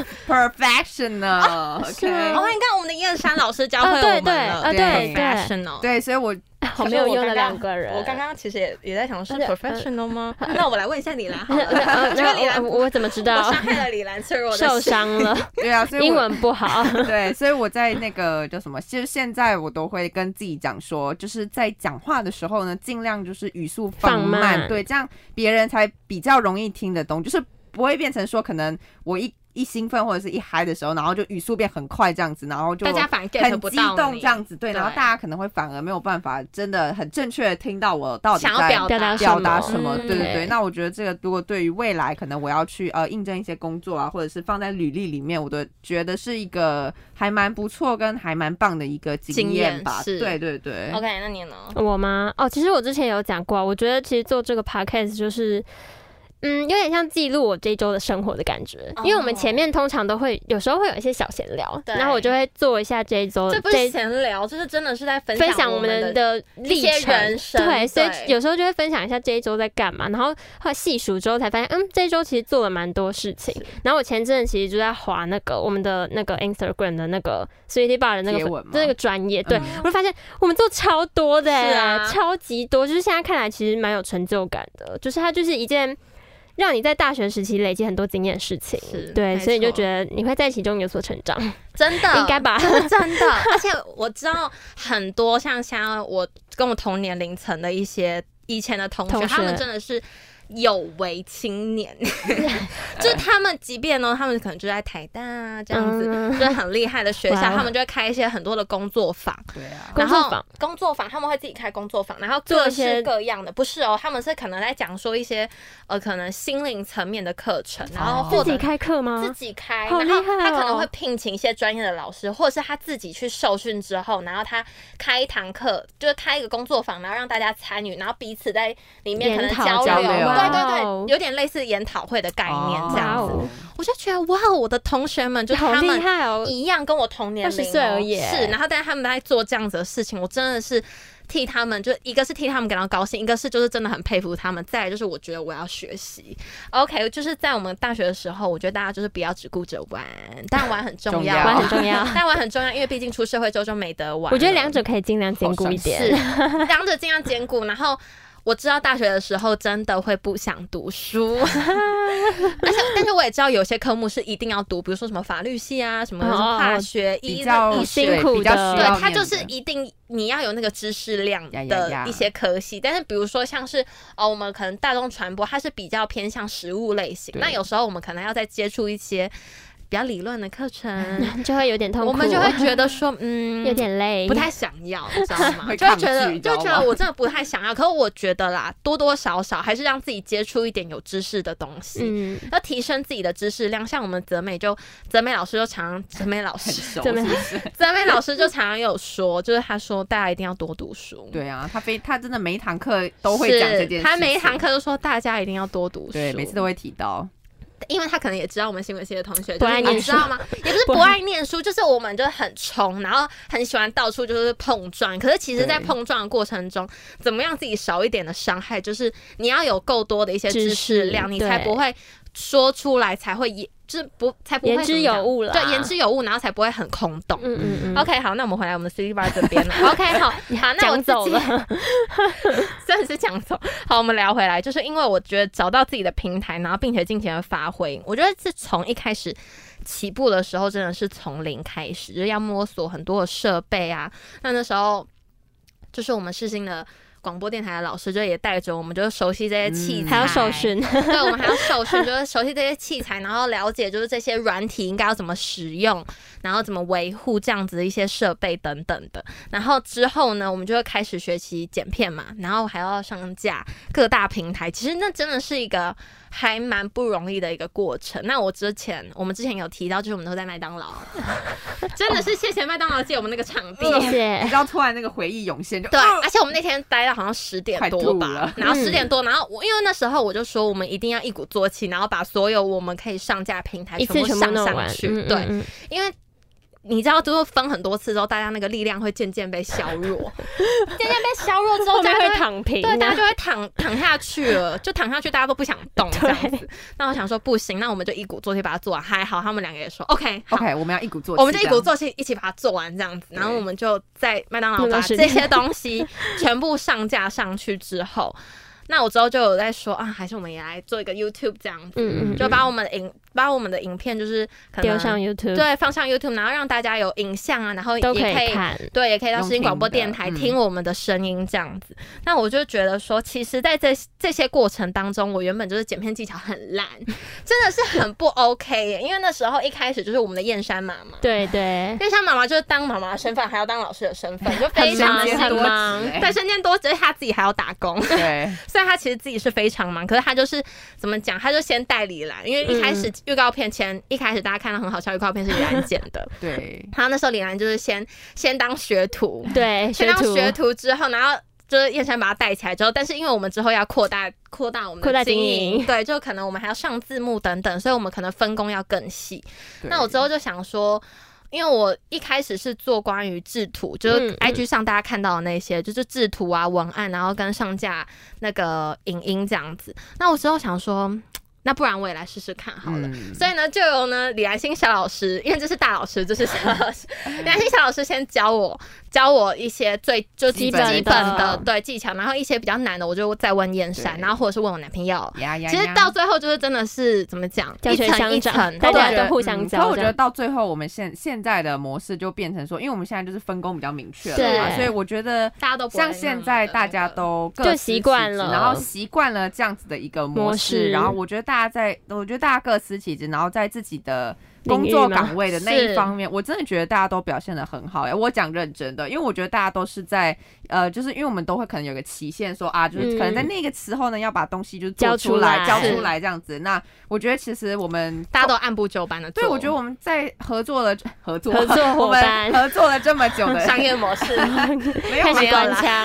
Speaker 3: ？Professional。OK，
Speaker 2: 哦，你看我们的燕山老师教会我们了，
Speaker 4: 对对对
Speaker 2: ，Professional。
Speaker 3: 对，所以我
Speaker 4: 好没有用的两个人。
Speaker 2: 我刚刚其实也也在想说 professional 吗？那我来问一下李兰好了，
Speaker 4: 因为李兰我怎么知道？
Speaker 2: 我伤害了李兰，脆弱的
Speaker 4: 受伤了。
Speaker 3: 对啊，所以
Speaker 4: 英文不好。
Speaker 3: 对，所以我在那个叫什么，其实现在我都会跟自己讲说，就是在讲话的时候呢，尽量就是语速放慢，
Speaker 4: 放慢
Speaker 3: 对，这样别人才比较容易听得懂，就是不会变成说可能我一。一兴奋或者是一嗨的时候，然后就语速变很快这样子，然后就
Speaker 2: 大家反而 get 不到
Speaker 3: 很激动这样子，对，然后大家可能会反而没有办法真的很正确的听到我到底在
Speaker 2: 想要表达
Speaker 3: 表达什么，
Speaker 4: 嗯、
Speaker 3: 对对对。那我觉得这个如果对于未来可能我要去呃应征一些工作啊，或者是放在履历里面，我都觉得是一个还蛮不错跟还蛮棒的一个经验吧。对对对。
Speaker 2: OK， 那你呢？
Speaker 4: 我吗？哦，其实我之前有讲过，我觉得其实做这个 podcast 就是。嗯，有点像记录我这一周的生活的感觉，因为我们前面通常都会有时候会有一些小闲聊，然后我就会做一下这一周。
Speaker 2: 这不是闲聊，这是真的是在分享
Speaker 4: 分享我们的历程
Speaker 2: 人生。
Speaker 4: 对，所以有时候就会分享一下这一周在干嘛，然后后来细数之后才发现，嗯，这一周其实做了蛮多事情。然后我前阵子其实就在滑那个我们的那个 Instagram 的那个 Sweetie Bar 的那个那个专页，对、嗯、我就发现我们做超多的、欸啊，超级多，就是现在看来其实蛮有成就感的，就是它就是一件。让你在大学时期累积很多经验的事情，对，所以你就觉得你会在其中有所成长，
Speaker 2: 真的
Speaker 4: 应该吧？
Speaker 2: 真的，真的而且我知道很多像像我跟我同年龄层的一些以前的同学，同学他们真的是。有为青年，就是他们，即便呢，他们可能就在台大啊这样子，嗯、就是很厉害的学校，他们就会开一些很多的工作坊。
Speaker 3: 对啊，
Speaker 2: 然后工作坊他们会自己开工作坊，然后各式各样的，不是哦，他们是可能在讲说一些呃，可能心灵层面的课程，然后或者
Speaker 4: 自己开课吗？
Speaker 2: 自己开，
Speaker 4: 好厉害哦、
Speaker 2: 然后他可能会聘请一些专业的老师，或者是他自己去受训之后，然后他开一堂课，就是开一个工作坊，然后让大家参与，然后彼此在里面可能交流。
Speaker 4: 交流
Speaker 2: 对对对，有点类似研讨会的概念这样子。
Speaker 4: 哦、
Speaker 2: 我我就觉得哇，我的同学们就他们一样跟我同年龄、哦，二十
Speaker 4: 岁而已，
Speaker 2: 是，然后但是他们在做这样子的事情，我真的是替他们，就一个是替他们感到高兴，一个是就是真的很佩服他们，再来就是我觉得我要学习。OK， 就是在我们大学的时候，我觉得大家就是不要只顾着玩，但玩很重要，
Speaker 4: 玩很重要，
Speaker 2: 但玩很重要，因为毕竟出社会之后就没得玩。
Speaker 4: 我觉得两者可以尽量兼顾一点，
Speaker 2: 是两者尽量兼顾，然后。我知道大学的时候真的会不想读书，但是但是我也知道有些科目是一定要读，比如说什么法律系啊，什么化学、医医
Speaker 4: 辛苦的，
Speaker 2: 对，它就是一定你要有那个知识量的一些科系。但是比如说像是哦，我们可能大众传播，它是比较偏向实务类型，那有时候我们可能要再接触一些。比较理论的课程
Speaker 4: 就会有点痛苦，
Speaker 2: 我们就会觉得说，嗯，
Speaker 4: 有点累，
Speaker 2: 不太想要，你知道吗？就会觉得，就觉得我真的不太想要。可是我觉得啦，多多少少还是让自己接触一点有知识的东西，嗯，要提升自己的知识量。像我们泽美就，泽美老师就常，泽美老师，
Speaker 4: 泽美老师，
Speaker 2: 泽美老师就常常有说，就是他说大家一定要多读书。
Speaker 3: 对啊，他非他真的每一堂课都会讲这件事情，
Speaker 2: 他每一堂课都说大家一定要多读书，
Speaker 3: 对，每次都会提到。
Speaker 2: 因为他可能也知道我们新闻系的同学不爱念书，你知道吗？也不是不爱念书，就是我们就很冲，然后很喜欢到处就是碰撞。可是其实，在碰撞的过程中，怎么样自己少一点的伤害，就是你要有够多的一些知识量，你才不会说出来，才会也就是不才不会
Speaker 4: 言之有物了。
Speaker 2: 对，言之有物，然后才不会很空洞。
Speaker 4: 嗯嗯嗯。
Speaker 2: OK， 好，那我们回来我们的 C D Bar 这边了。OK， 好，好，那我
Speaker 4: 走了，
Speaker 2: 真的是讲走。好，我们聊回来，就是因为我觉得找到自己的平台，然后并且尽情的发挥，我觉得是从一开始起步的时候，真的是从零开始，就是要摸索很多的设备啊。那那时候就是我们世新的。广播电台的老师就也带着我们，就是熟悉这些器材，
Speaker 4: 还要受训。
Speaker 2: 对，我们还要受训，就是熟悉这些器材，然后了解就是这些软体应该要怎么使用，然后怎么维护这样子的一些设备等等的。然后之后呢，我们就会开始学习剪片嘛，然后还要上架各大平台。其实那真的是一个还蛮不容易的一个过程。那我之前我们之前有提到，就是我们都在麦当劳，真的是谢谢麦当劳借我们那个场地。
Speaker 4: 谢谢。
Speaker 3: 你知道突然那个回忆涌现就，
Speaker 2: 对，而且我们那天待到好像十点多吧，然后十点多，然后我因为那时候我就说我们一定要一鼓作气，然后把所有我们可以上架平台全部上上去，嗯嗯嗯对，因为。你知道，就是分很多次之后，大家那个力量会渐渐被削弱，渐渐被削弱之后，大家
Speaker 4: 会躺平，
Speaker 2: 对，大家就会躺躺下去了，就躺下去，大家都不想动这样子。那我想说，不行，那我们就一鼓作气把它做完。还好，他们两个也说 OK，
Speaker 3: OK， 我们要一鼓作气，
Speaker 2: 我们就一鼓作气一起把它做完这样子。然后我们就在麦当劳把这些东西全部上架上去之后。那我之后就有在说啊，还是我们也来做一个 YouTube 这样子，嗯嗯就把我们的影把我们的影片就是可能
Speaker 4: 丢上 YouTube，
Speaker 2: 对，放上 YouTube， 然后让大家有影像啊，然后也可以,
Speaker 4: 可以看，
Speaker 2: 对，也可以到世新广播电台 听,、嗯、听我们的声音这样子。那我就觉得说，其实在这这些过程当中，我原本就是剪片技巧很烂，真的是很不 OK 耶。因为那时候一开始就是我们的燕山妈妈，
Speaker 4: 对对，
Speaker 2: 燕山妈妈就是当妈妈的身份，还要当老师的身份，就非常
Speaker 4: 很忙，
Speaker 2: 对，身兼多职，而且她自己还要打工，
Speaker 3: 对，
Speaker 2: 所以她其实自己是非常忙，可是她就是怎么讲，她就先带李兰，因为一开始预告片前。嗯一开始大家看到很好笑，预告片是李兰剪的，
Speaker 3: 对。
Speaker 2: 然后那时候李兰就是先先当学徒，
Speaker 4: 对，
Speaker 2: 先当学徒之后，然后就是燕山把他带起来之后，但是因为我们之后要扩大扩大我们的经营，对，就可能我们还要上字幕等等，所以我们可能分工要更细。那我之后就想说。因为我一开始是做关于制图，就是 I G 上大家看到的那些，嗯、就是制图啊、文案，然后跟上架那个影音这样子。那我之后想说。那不然我也来试试看好了，嗯、所以呢，就由呢李兰心小老师，因为这是大老师，这是小老师，李兰心小老师先教我教我一些最就基本基本的对技巧，然后一些比较难的我就再问燕山，然后或者是问我男朋友。其实到最后就是真的是怎么讲，一层一层，
Speaker 4: 大家都互相教。
Speaker 3: 所以我觉得到最后我们现现在的模式就变成说，因为我们现在就是分工比较明确了嘛，所以我觉得
Speaker 2: 大家都
Speaker 3: 像现在大家都各
Speaker 4: 就习惯了，
Speaker 3: 然后习惯了这样子的一个模式，然后我觉得大家在，我觉得大家各司其职，然后在自己的工作岗位的那一方面，我真的觉得大家都表现得很好。我讲认真的，因为我觉得大家都是在呃，就是因为我们都会可能有个期限说啊，就是可能在那个时候呢，要把东西就是做出来、交出来这样子。那我觉得其实我们
Speaker 2: 大家都按部就班的做。
Speaker 3: 对，我觉得我们在合作了合作
Speaker 4: 合作伙伴
Speaker 3: 合作了这么久的
Speaker 2: 商业模式，
Speaker 3: 没有
Speaker 4: 开始官腔，
Speaker 3: 就是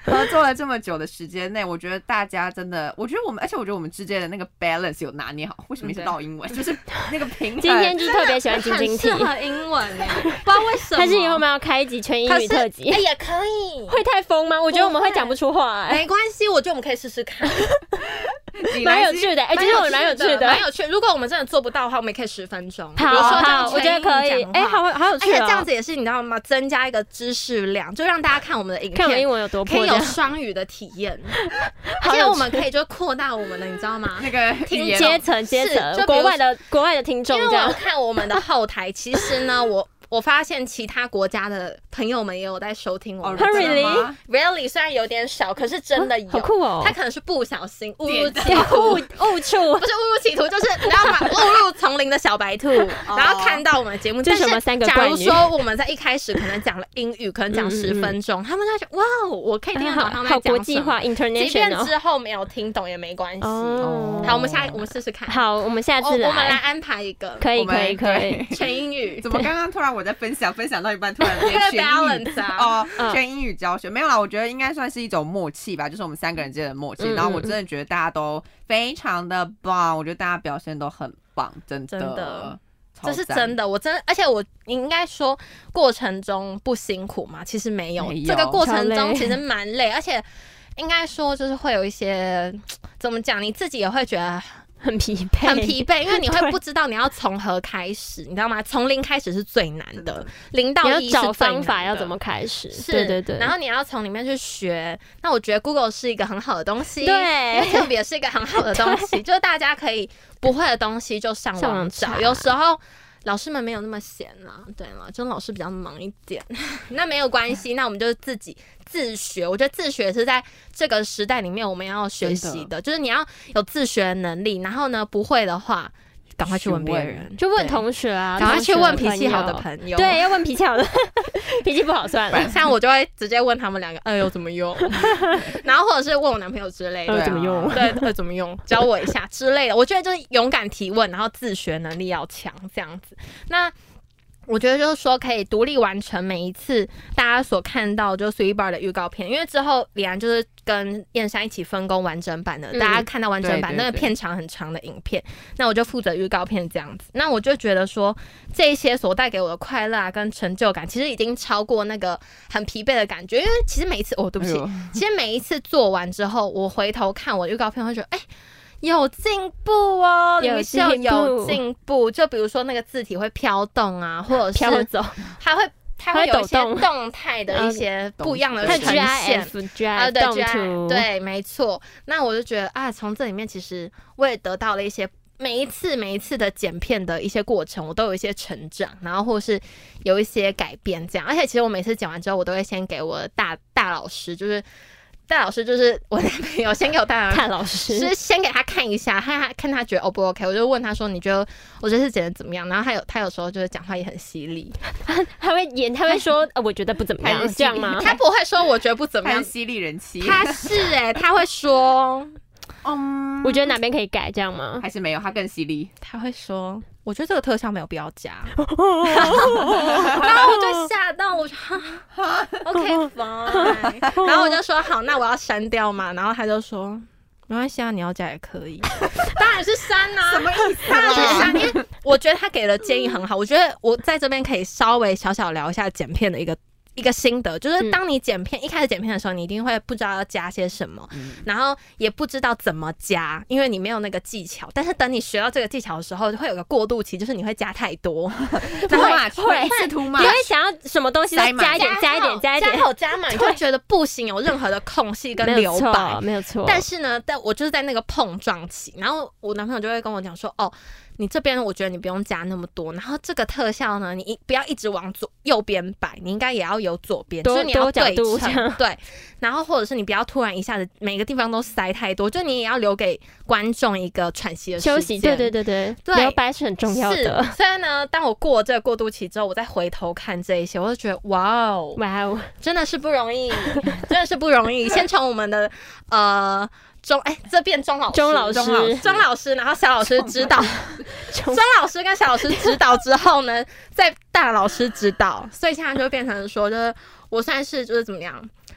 Speaker 3: 合作了这么久的时间内，我觉得大家真的，我觉得我们，而且我觉得我们之间的那个 balance 有拿捏好。为什么一直唠英文？就是那个平衡。
Speaker 4: 今天就是特别喜欢晶晶体，
Speaker 2: 很适合英文哎，不知道为什么。
Speaker 4: 还是以后我们要开一集全英语特辑？
Speaker 2: 哎，也可以。
Speaker 4: 会太疯吗？我觉得我们会讲不出话。
Speaker 2: 没关系，我觉得我们可以试试看。
Speaker 4: 蛮有趣的，哎，其实我蛮有趣的，
Speaker 2: 蛮有趣。如果我们真的做不到的话，我们也可以十分钟。
Speaker 4: 好，好，我觉得可以。哎，好好有趣。
Speaker 2: 而且这样子也是你知道吗？增加一个知识量，就让大家看我们的影片，
Speaker 4: 看我们英文有多破，
Speaker 2: 可以有双语的体验。而且我们可以就扩大我们的，你知道吗？
Speaker 3: 那个
Speaker 2: 听
Speaker 4: 阶层阶层，国外的国外的听众。
Speaker 2: 因为我看我们的后台，其实呢，我。我发现其他国家的朋友们也有在收听我们。
Speaker 4: Oh, really?
Speaker 2: Really? 虽然有点少，可是真的有。
Speaker 4: 好酷哦！
Speaker 2: 他可能是不小心误入歧途，
Speaker 4: 误误触，
Speaker 2: 不是误入歧途，就是你知道吗？误入丛林的小白兔，然后看到我们的节目。
Speaker 4: 这什么三个
Speaker 2: 假如说我们在一开始可能讲了英语，可能讲十分钟，他们就觉得哇，我可以听得懂他们在讲什么。好国
Speaker 4: 际化 ，international。
Speaker 2: 即便之后没有听懂也没关系。好，我们下我们试试看。
Speaker 4: 好，我们下次来，
Speaker 2: 我们来安排一个，
Speaker 4: 可以可以可以，
Speaker 2: 全英语。
Speaker 3: 怎么刚刚突然我在分享分享？到一半突然变全英语
Speaker 2: 哦，
Speaker 3: 全英语教学没有啦，我觉得应该算是一种默契吧，就是我们三个人之间的默契。然后我真的觉得大家都非常的棒，我觉得大家表现都很棒，真的，
Speaker 2: 真的，这是真的。我真的，而且我应该说过程中不辛苦嘛？其实没有，这个过程中其实蛮累，而且应该说就是会有一些怎么讲，你自己也会觉得。
Speaker 4: 很疲惫，
Speaker 2: 很疲惫，因为你会不知道你要从何开始，你知道吗？从零开始是最难的，零到一是
Speaker 4: 找方法要怎么开始？对对对。
Speaker 2: 然后你要从里面去学。那我觉得 Google 是一个很好的东西，
Speaker 4: 对
Speaker 2: ，YouTube 也是一个很好的东西，就是大家可以不会的东西就上网找，有时候。老师们没有那么闲啦，对了，就老师比较忙一点，那没有关系，那我们就自己自学。我觉得自学是在这个时代里面我们要学习的，就是你要有自学的能力，然后呢，不会的话。赶快去问别人，
Speaker 4: 就问同学啊，
Speaker 2: 赶快去问脾气好的朋友，
Speaker 4: 对，要问脾气好的，脾气不好算了。
Speaker 2: 像我就会直接问他们两个，哎呦怎么用，然后或者是问我男朋友之类的，
Speaker 4: 怎么用，
Speaker 2: 对，呃怎么用，教我一下之类的。我觉得就是勇敢提问，然后自学能力要强，这样子。那。我觉得就是说可以独立完成每一次大家所看到就是 Sweet Bar 的预告片，因为之后李安就是跟燕山一起分工完整版的，嗯、大家看到完整版对对对那个片长很长的影片，那我就负责预告片这样子。那我就觉得说这些所带给我的快乐啊跟成就感，其实已经超过那个很疲惫的感觉，因为其实每一次哦，对不起，哎、其实每一次做完之后，我回头看我的预告片，会觉得哎。欸有进步哦，
Speaker 4: 有进步，
Speaker 2: 有进步。就比如说那个字体会飘动啊，或者是
Speaker 4: 飘走，
Speaker 2: 还会它会有一些动态的一些不一样的呈现。
Speaker 4: 啊，
Speaker 2: 对 ，G I F， 对，没错。那我就觉得啊，从这里面其实我也得到了一些每一次每一次的剪片的一些过程，我都有一些成长，然后或是有一些改变这样。而且其实我每次剪完之后，我都会先给我的大大老师，就是。戴老师就是我男朋友，先给我戴
Speaker 4: 戴老师，
Speaker 2: 是先给他看一下，看他看他觉得 O 不 OK， 我就问他说：“你觉得我这次剪的怎么样？”然后他有他有时候就是讲话也很犀利，
Speaker 4: 他会演，他会说：“呃，我觉得不怎么样。”这样吗？
Speaker 2: 他不会说我觉得不怎么样，
Speaker 3: 犀利人妻。
Speaker 2: 他是哎、欸，他会说：“
Speaker 4: 嗯，我觉得哪边可以改，这样吗？”
Speaker 3: 还是没有，他更犀利。
Speaker 2: 他会说。我觉得这个特效没有必要加，然后我就吓到，我说 OK fine， 然后我就说好，那我要删掉嘛，然后他就说没关系啊，你要加也可以，当然是删啊，
Speaker 3: 什么意思？
Speaker 2: 当然是删，因为我觉得他给的建议很好，我觉得我在这边可以稍微小小聊一下剪片的一个。一个心得就是当你剪片、嗯、一开始剪片的时候你一定会不知道要加些什么、嗯、然后也不知道怎么加，因为你没有那个技巧，但是等你学到这个技巧的时候会有个过渡期，就是你会加太多
Speaker 3: 然后会是图嘛，
Speaker 4: 你会想要什么东西再加一点加一点加一点
Speaker 2: 加好加满，你就会觉得不行有任何的空隙跟留白，
Speaker 4: 没有错。
Speaker 2: 但是呢但我就是在那个碰撞期，然后我男朋友就会跟我讲说哦你这边我觉得你不用加那么多，然后这个特效呢你不要一直往左右边摆，你应该也要有左边，就是你要对称，对，然后或者是你不要突然一下子每个地方都塞太多，就你也要留给观众一个喘息的时间，
Speaker 4: 休息，对对对对对，留白是很重要的。
Speaker 2: 所以呢当我过这个过渡期之后，我再回头看这一些，我就觉得哇哦
Speaker 4: 哇哦，真
Speaker 2: 的是不容易真的是不容易先从我们的呃钟哎、欸，这变钟老师，
Speaker 4: 钟老师，
Speaker 2: 钟老师，然后小老师指导，钟老师跟小老师指导之后呢，再大老师指导，所以现在就变成说，就是我算是就是怎么样，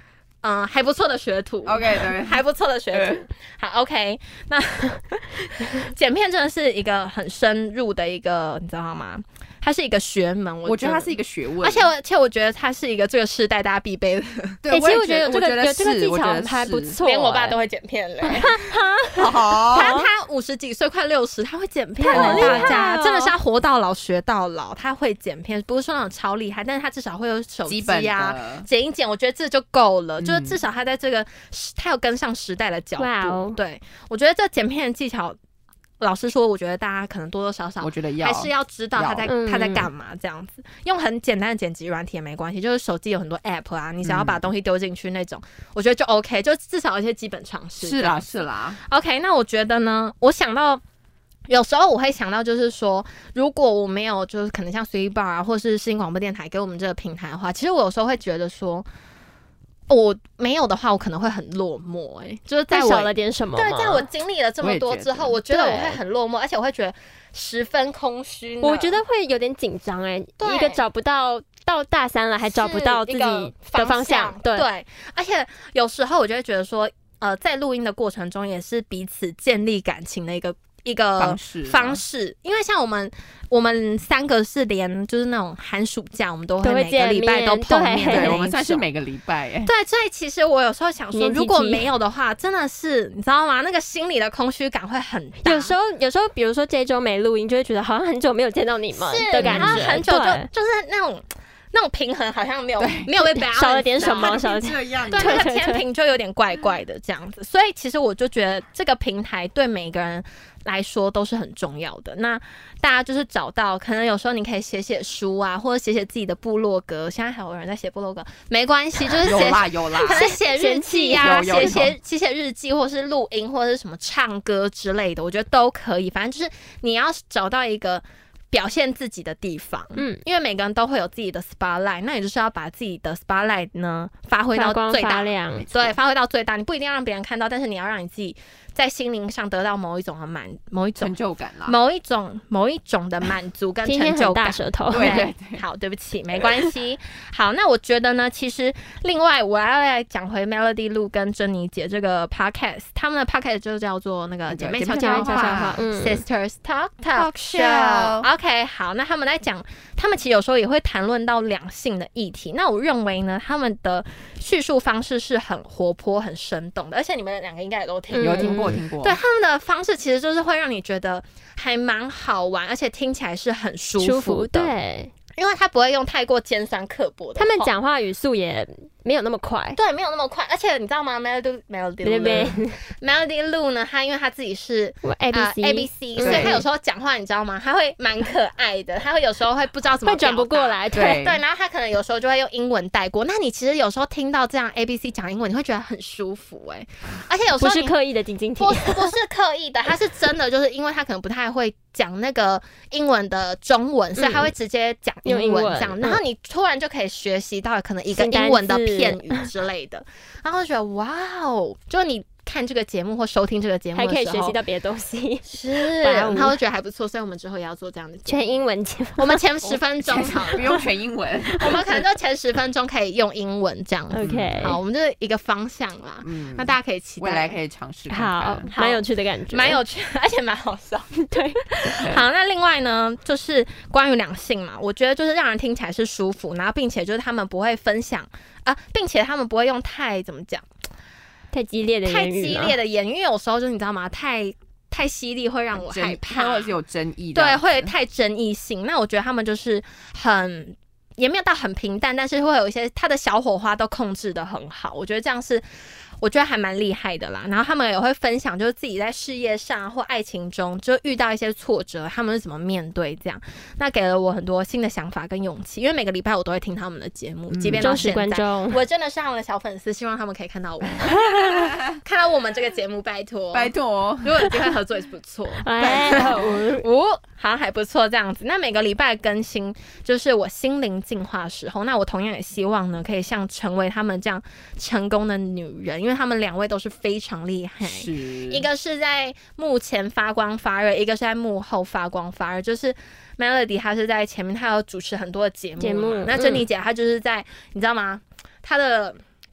Speaker 2: 嗯、呃、还不错的学徒
Speaker 3: ，OK 对，
Speaker 2: 还不错的学徒。好 OK， 那剪片真的是一个很深入的一个，你知道吗？它是一个学门，我
Speaker 3: 我觉得它是一个学问，
Speaker 2: 而且而且我觉得它是一个这个世代大家必备的。
Speaker 3: 对，
Speaker 4: 欸、其实我觉得有这个
Speaker 3: 有
Speaker 4: 这个技巧还不错、欸，
Speaker 2: 连我爸都会剪片嘞。
Speaker 3: 好，
Speaker 2: 他他五十几岁，快六十，他会剪片了，大家真的是要活到老学到老。他会剪片，不是说那种超厉害，但是他至少会有手机啊，剪一剪，我觉得这就够了。嗯、就是至少他在这个他有跟上时代的脚步。Wow. 对，我觉得这剪片的技巧。老实说，我觉得大家可能多多少少，
Speaker 3: 我觉得要
Speaker 2: 还是要知道他在他在干嘛这样子。用很简单的剪辑软体也没关系，就是手机有很多 app 啊，你只要把东西丢进去那种，嗯、我觉得就 OK， 就至少有一些基本常识。
Speaker 3: 是啦，是啦。
Speaker 2: OK， 那我觉得呢，我想到有时候我会想到，就是说，如果我没有就是可能像 Sweet Bar 啊，或是世新广播电台给我们这个平台的话，其实我有时候会觉得说。我没有的话，我可能会很落寞、欸。哎，就是在我
Speaker 4: 少了点什么。
Speaker 2: 对，在我经历了这么多之后，我觉得我会很落寞，而且我会觉得十分空虚。
Speaker 4: 我觉得会有点紧张哎，一个找不到，到大三了还找不到自己的方向。对
Speaker 2: 对，而且有时候我就会觉得说，呃，在录音的过程中，也是彼此建立感情的一个。一个方式，方式，因为像我们，我们三个是连就是那种寒暑假，我们都会每个礼拜都碰面，
Speaker 3: 对，我们算是每个礼拜哎。
Speaker 2: 对，所以其实我有时候想说，如果没有的话，真的是你知道吗？那个心里的空虚感会很大。
Speaker 4: 有时候，有时候，比如说这一周没录音，就会觉得好像很久没有见到你们的感觉，
Speaker 2: 很久就就是那种。那种平衡好像没有没有被 balance，
Speaker 4: 少了点什么，少了
Speaker 3: 这样，
Speaker 2: 对，那个天平就有点怪怪的这样子。所以其实我就觉得这个平台对每个人来说都是很重要的。那大家就是找到，可能有时候你可以写写书啊，或者写写自己的部落格。现在还有人在写部落格，没关系，就是写
Speaker 3: 有啦有啦，
Speaker 2: 可能写日记啊，写写写写日记，或是录音，或者是什么唱歌之类的，我觉得都可以。反正就是你要找到一个。表现自己的地方，嗯，因为每个人都会有自己的 spotlight， 那你就是要把自己的 spotlight 呢发挥到最大，对，发挥到最大。你不一定要让别人看到，但是你要让你自己在心灵上得到某一种的满，某一种
Speaker 3: 成就感啦，
Speaker 2: 某一种某一种的满足跟成就感。
Speaker 4: 今天很大舌头，
Speaker 2: 对对对，好，对不起，没关系。好，那我觉得呢，其实另外我要来讲回 Melody Lu 跟珍妮姐这个 podcast， 他们的 podcast 就叫做那个姐妹悄悄话 ，Sisters Talk Talk Show。OK， 好，那他们在讲，他们其实有时候也会谈论到两性的议题。那我认为呢，他们的叙述方式是很活泼、很生动的，而且你们两个应该也都听
Speaker 3: 过，有听过，听过。
Speaker 2: 对，他们的方式其实就是会让你觉得还蛮好玩，而且听起来是很舒服的。舒服，
Speaker 4: 对，
Speaker 2: 因为他不会用太过尖酸刻薄的话，
Speaker 4: 他们讲话语速也没有那么快，
Speaker 2: 对，没有那么快，而且你知道吗 ？Melody Melody Lu Melody Lu 呢，他因为他自己是
Speaker 4: A B C、
Speaker 2: 呃、A B C， 所以他有时候讲话你知道吗？他会蛮可爱的，他会有时候会不知道怎么
Speaker 4: 会转不过来，
Speaker 2: 对对，然后他可能有时候就会用英文带过。那你其实有时候听到这样 A B C 讲英文，你会觉得很舒服哎、欸，而且有时候
Speaker 4: 不是刻意的晶晶体，
Speaker 2: 不不是刻意的，他是真的，就是因为他可能不太会讲那个英文的中文，所以他会直接讲英文这样，嗯、然后你突然就可以学习到可能一个英文的片语之类的。然后就觉得哇哦，就是你看这个节目或收听这个节目的时候，
Speaker 4: 还可以学习到别的东西，
Speaker 2: 是，然后就觉得还不错，所以我们之后也要做这样的
Speaker 4: 全英文节目。
Speaker 2: 我们前十分钟好，
Speaker 3: 不用全英文，
Speaker 2: 我们可能就前十分钟可以用英文这样子。
Speaker 4: OK，
Speaker 2: 好，我们就是一个方向啦。嗯，那大家可以期待，
Speaker 3: 未来可以尝试看
Speaker 4: 看，好，蛮有趣的感觉，
Speaker 2: 蛮有趣，而且蛮好笑。
Speaker 4: 对，
Speaker 2: 好，那另外呢，就是关于两性嘛，我觉得就是让人听起来是舒服，然后并且就是他们不会分享啊，并且他们不会用太怎么讲。
Speaker 4: 太激烈的言语，
Speaker 2: 太激烈的言语，因为有时候就是你知道吗？太太犀利会让我害怕，
Speaker 3: 或者是有争议的，
Speaker 2: 对，会太争议性。那我觉得他们就是很也没有到很平淡，但是会有一些他的小火花都控制得很好。我觉得这样是。我觉得还蛮厉害的啦，然后他们也会分享，就是自己在事业上或爱情中就遇到一些挫折，他们是怎么面对这样。那给了我很多新的想法跟勇气，因为每个礼拜我都会听他们的节目，即便到现在，我真的是他们的小粉丝，希望他们可以看到我，看到我们这个节目，拜托，
Speaker 3: 拜托，
Speaker 2: 如果有机会合作也是不错，
Speaker 4: 哎，
Speaker 2: 哦，好像还不错这样子。那每个礼拜更新就是我心灵进化的时候，那我同样也希望呢，可以像成为他们这样成功的女人。因为他们两位都是非常厉害，
Speaker 3: 是
Speaker 2: 一个是在幕前发光发热，一个是在幕后发光发热。就是 Melody 她是在前面，她有主持很多的节目，节目那珍妮姐她就是在、嗯、你知道吗？她的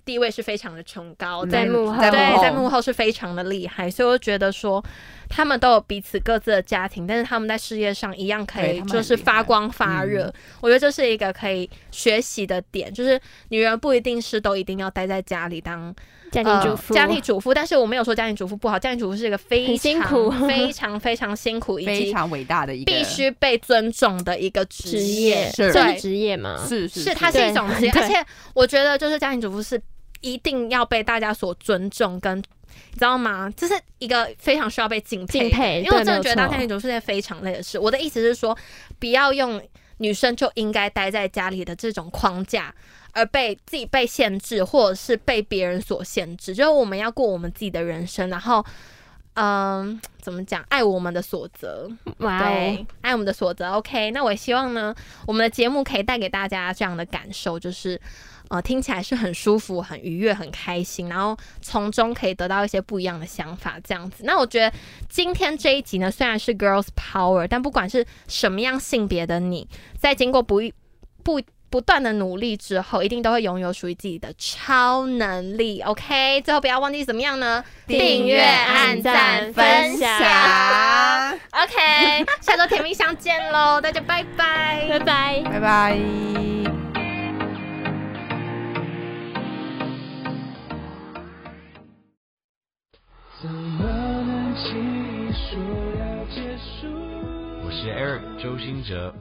Speaker 2: 地位是非常的崇高，
Speaker 4: 在幕后，
Speaker 2: 对，在幕后是非常的厉害，所以我觉得说他们都有彼此各自的家庭，但是他们在事业上一样可以就是发光发热。嗯、我觉得这是一个可以学习的点，就是女人不一定是都一定要待在家里当
Speaker 4: 家庭主妇、
Speaker 2: 呃，家庭主妇。但是我没有说家庭主妇不好，家庭主妇是一个非常
Speaker 4: 辛苦、
Speaker 2: 非常非常辛苦以及
Speaker 3: 非常伟大的一个
Speaker 2: 必须被尊重的一个职业，
Speaker 3: 是
Speaker 4: 这是职业吗？
Speaker 3: 是是
Speaker 2: 是，它是一种职业，而且我觉得就是家庭主妇是一定要被大家所尊重跟。你知道吗？这是一个非常需要被敬佩的，
Speaker 4: 敬佩，
Speaker 2: 因为我真的觉得当家庭主妇是件非常累的事。我的意思是说，不要用女生就应该待在家里的这种框架，而被自己被限制，或者是被别人所限制。就是我们要过我们自己的人生，然后，嗯，怎么讲？爱我们的所责，
Speaker 4: 哇、哦，
Speaker 2: 对，爱我们的所责。OK， 那我也希望呢，我们的节目可以带给大家这样的感受，就是。呃，听起来是很舒服、很愉悦、很开心，然后从中可以得到一些不一样的想法，这样子。那我觉得今天这一集呢，虽然是 Girls Power， 但不管是什么样性别的你，在经过不不不断的努力之后，一定都会拥有属于自己的超能力。OK， 最后不要忘记怎么样呢？订阅、按赞、分享。OK， 下周甜蜜相见喽，大家拜拜，
Speaker 4: 拜拜，
Speaker 3: 拜拜。
Speaker 5: 我是 Eric 周兴哲，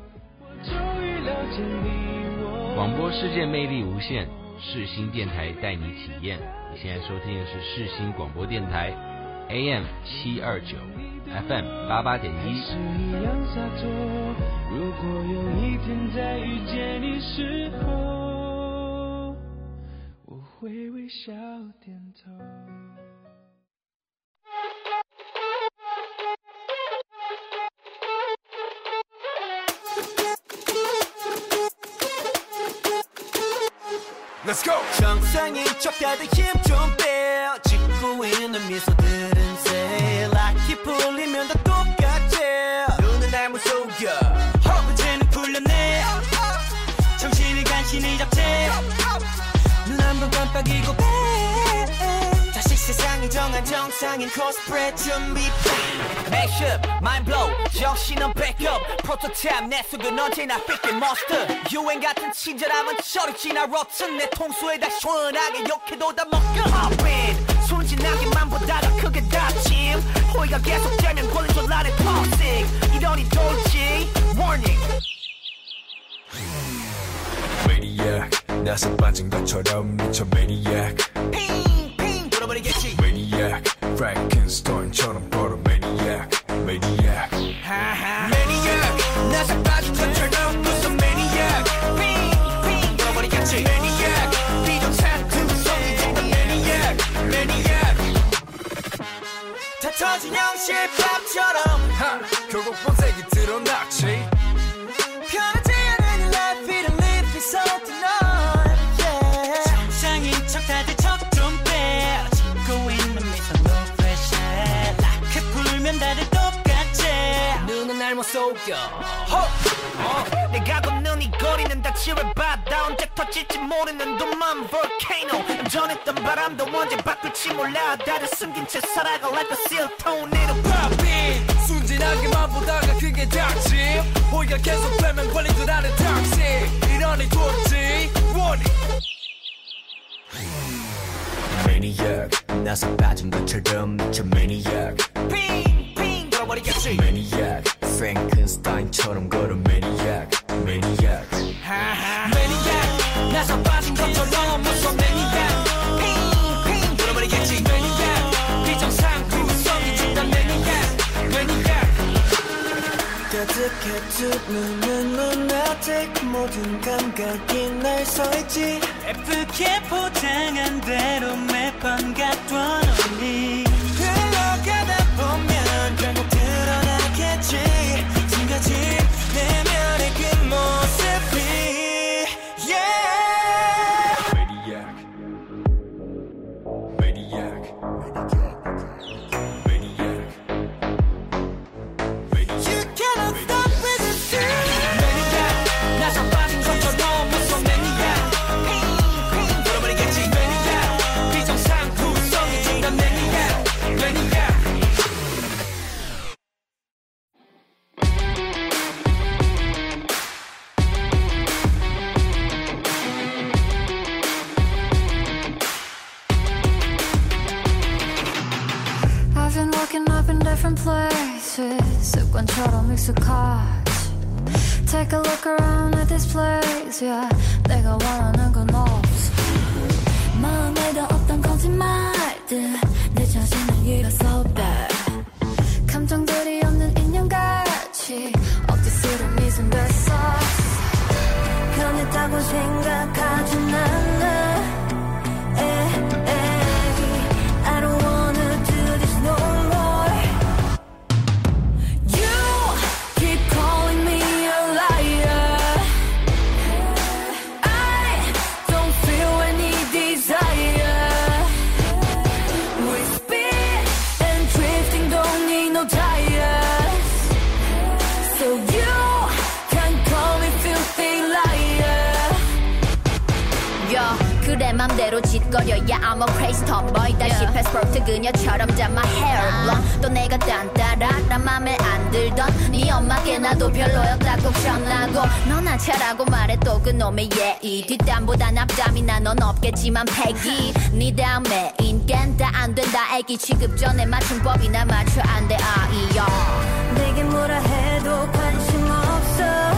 Speaker 5: 广播世界魅力无限，世新电台带你体验。你现在收听的是世新广播电台 A M 七二九 F M 八八点一。如果有一天在遇见你时候，我会微笑点头。
Speaker 6: Let's go! 정상인 척 다들 힘 좀 빼 짓고 있는 미소들은 새 락이 풀리면 다 똑같지 눈은 날 무속여 허브제는 풀렸네 정신을 간신히 잡채 눈 한 번 깜빡이고 빼 다시 세상이 정한 정상인 코스프레 준비 Mashup, mind blow 정신은 backup 프로토타입 내 속은 언제나 삐끗 monster 유행 같은 친절함은 저리 지나 rotten 내 통수에 다 시원하게 욕해도 다 먹여 Hop in 순진하게만 보다가 크게 다짐 호의가 계속되면 권리줄 안에 toxic 이러니 돌지 warning
Speaker 7: Maniac 나서 빠진 것처럼 미쳐 Maniac
Speaker 6: 핑핑 돌아버리겠지
Speaker 7: Maniac Frankenstein처럼 걸어 Maniac Maniac
Speaker 6: Maniac 나서 빠진 것처럼 무슨 Maniac 핑핑 돌아버리겠지 Maniac 비정상 구성이 된다 Maniac Maniac 다 터진 형실밥처럼
Speaker 7: 결국 본색이 드러났지
Speaker 6: 편하지 않은 life 이런 live is so tonight yeah 정상인 척 다들 척좀빼 짓고 있는 미소 no pressure 락해 풀면 다들 똑같지 눈은 날 못 속여 어, 내가 걷는 이 거리는 다 지뢰바다 언제 터질지 모르는 도만 volcano 전했던 바람도 언제 바꿀지 몰라 다들 숨긴 채 살아가 like a seal tornado pop in
Speaker 7: 순진하게만 보다가 그게 닥침 호의가 계속되면 권리줄 안에 toxic 이러니 좋지 warning Maniac 나서 빠진 것처럼 미쳐 Maniac
Speaker 6: 핑핑 돌아버리겠지
Speaker 7: Maniac Frankenstein처럼 걸어 Maniac Maniac
Speaker 6: Maniac 나서 빠진 것처럼 무서운 Maniac 핑핑 돌아버리겠지 Maniac 비정상 구성이 준다 Maniac Maniac 가득해 두 눈은 lunatic 모든 감각이 날 서있지 예쁘게 포장한 대로 매번 갖던 우리 흘러가다 보면 결국 드러나겠지 숨겨진 내면의 그 모습이 yeah
Speaker 7: Maniac Maniac Maniac
Speaker 6: You cannot stop with this Maniac 나서 빠진 것처럼 무서운 Maniac 핑핑 돌아버리겠지 Maniac
Speaker 8: I've been walking up in different places 습관처럼 익숙하지 Take a look around at this place yeah 내가 원하는 건 없어 마음에도 없던 거짓말들 내 자신을 잃었어 bad 감정들이 없는 인형같이 억지스러 미소 됐어 변했다고 생각하진 않아 I don't wanna do this no more You keep calling me a liar I don't feel any desire We spin and drifting don't need no tires So you can call me filthy liar
Speaker 9: Yo 그래 맘대로 짓거려야 I'm a crazy tomboy 다시 yeah. 패스포트 그녀처럼 잡 my hair blonde 또 내가 딴따라란 맘에 안 들던 네 엄마께 나도 별로였다고 전하고 넌 아차라고 말해 또 그놈의 예의 뒷담보단 앞담이나 넌 없겠지만 패기 네 다음에 인간 다 안 된다 애기 취급 전에 맞춤법이나 맞춰 안 돼 아이요
Speaker 8: 내게 뭐라 해도 관심 없어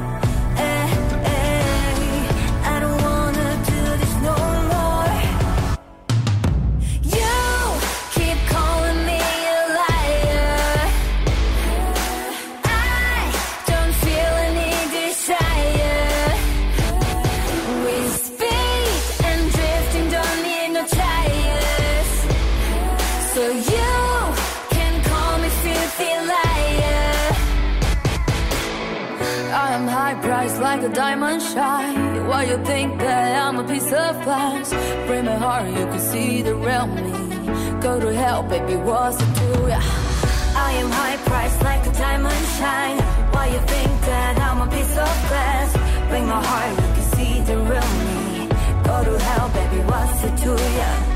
Speaker 8: Like a diamond shine Why you think that I'm a piece of glass Break my heart, you can see the real me Go to hell, baby, what's it do? Yeah. I am high priced like a diamond shine Why you think that I'm a piece of glass Break my heart, you can see the real me Go to hell, baby, what's it do? Yeah.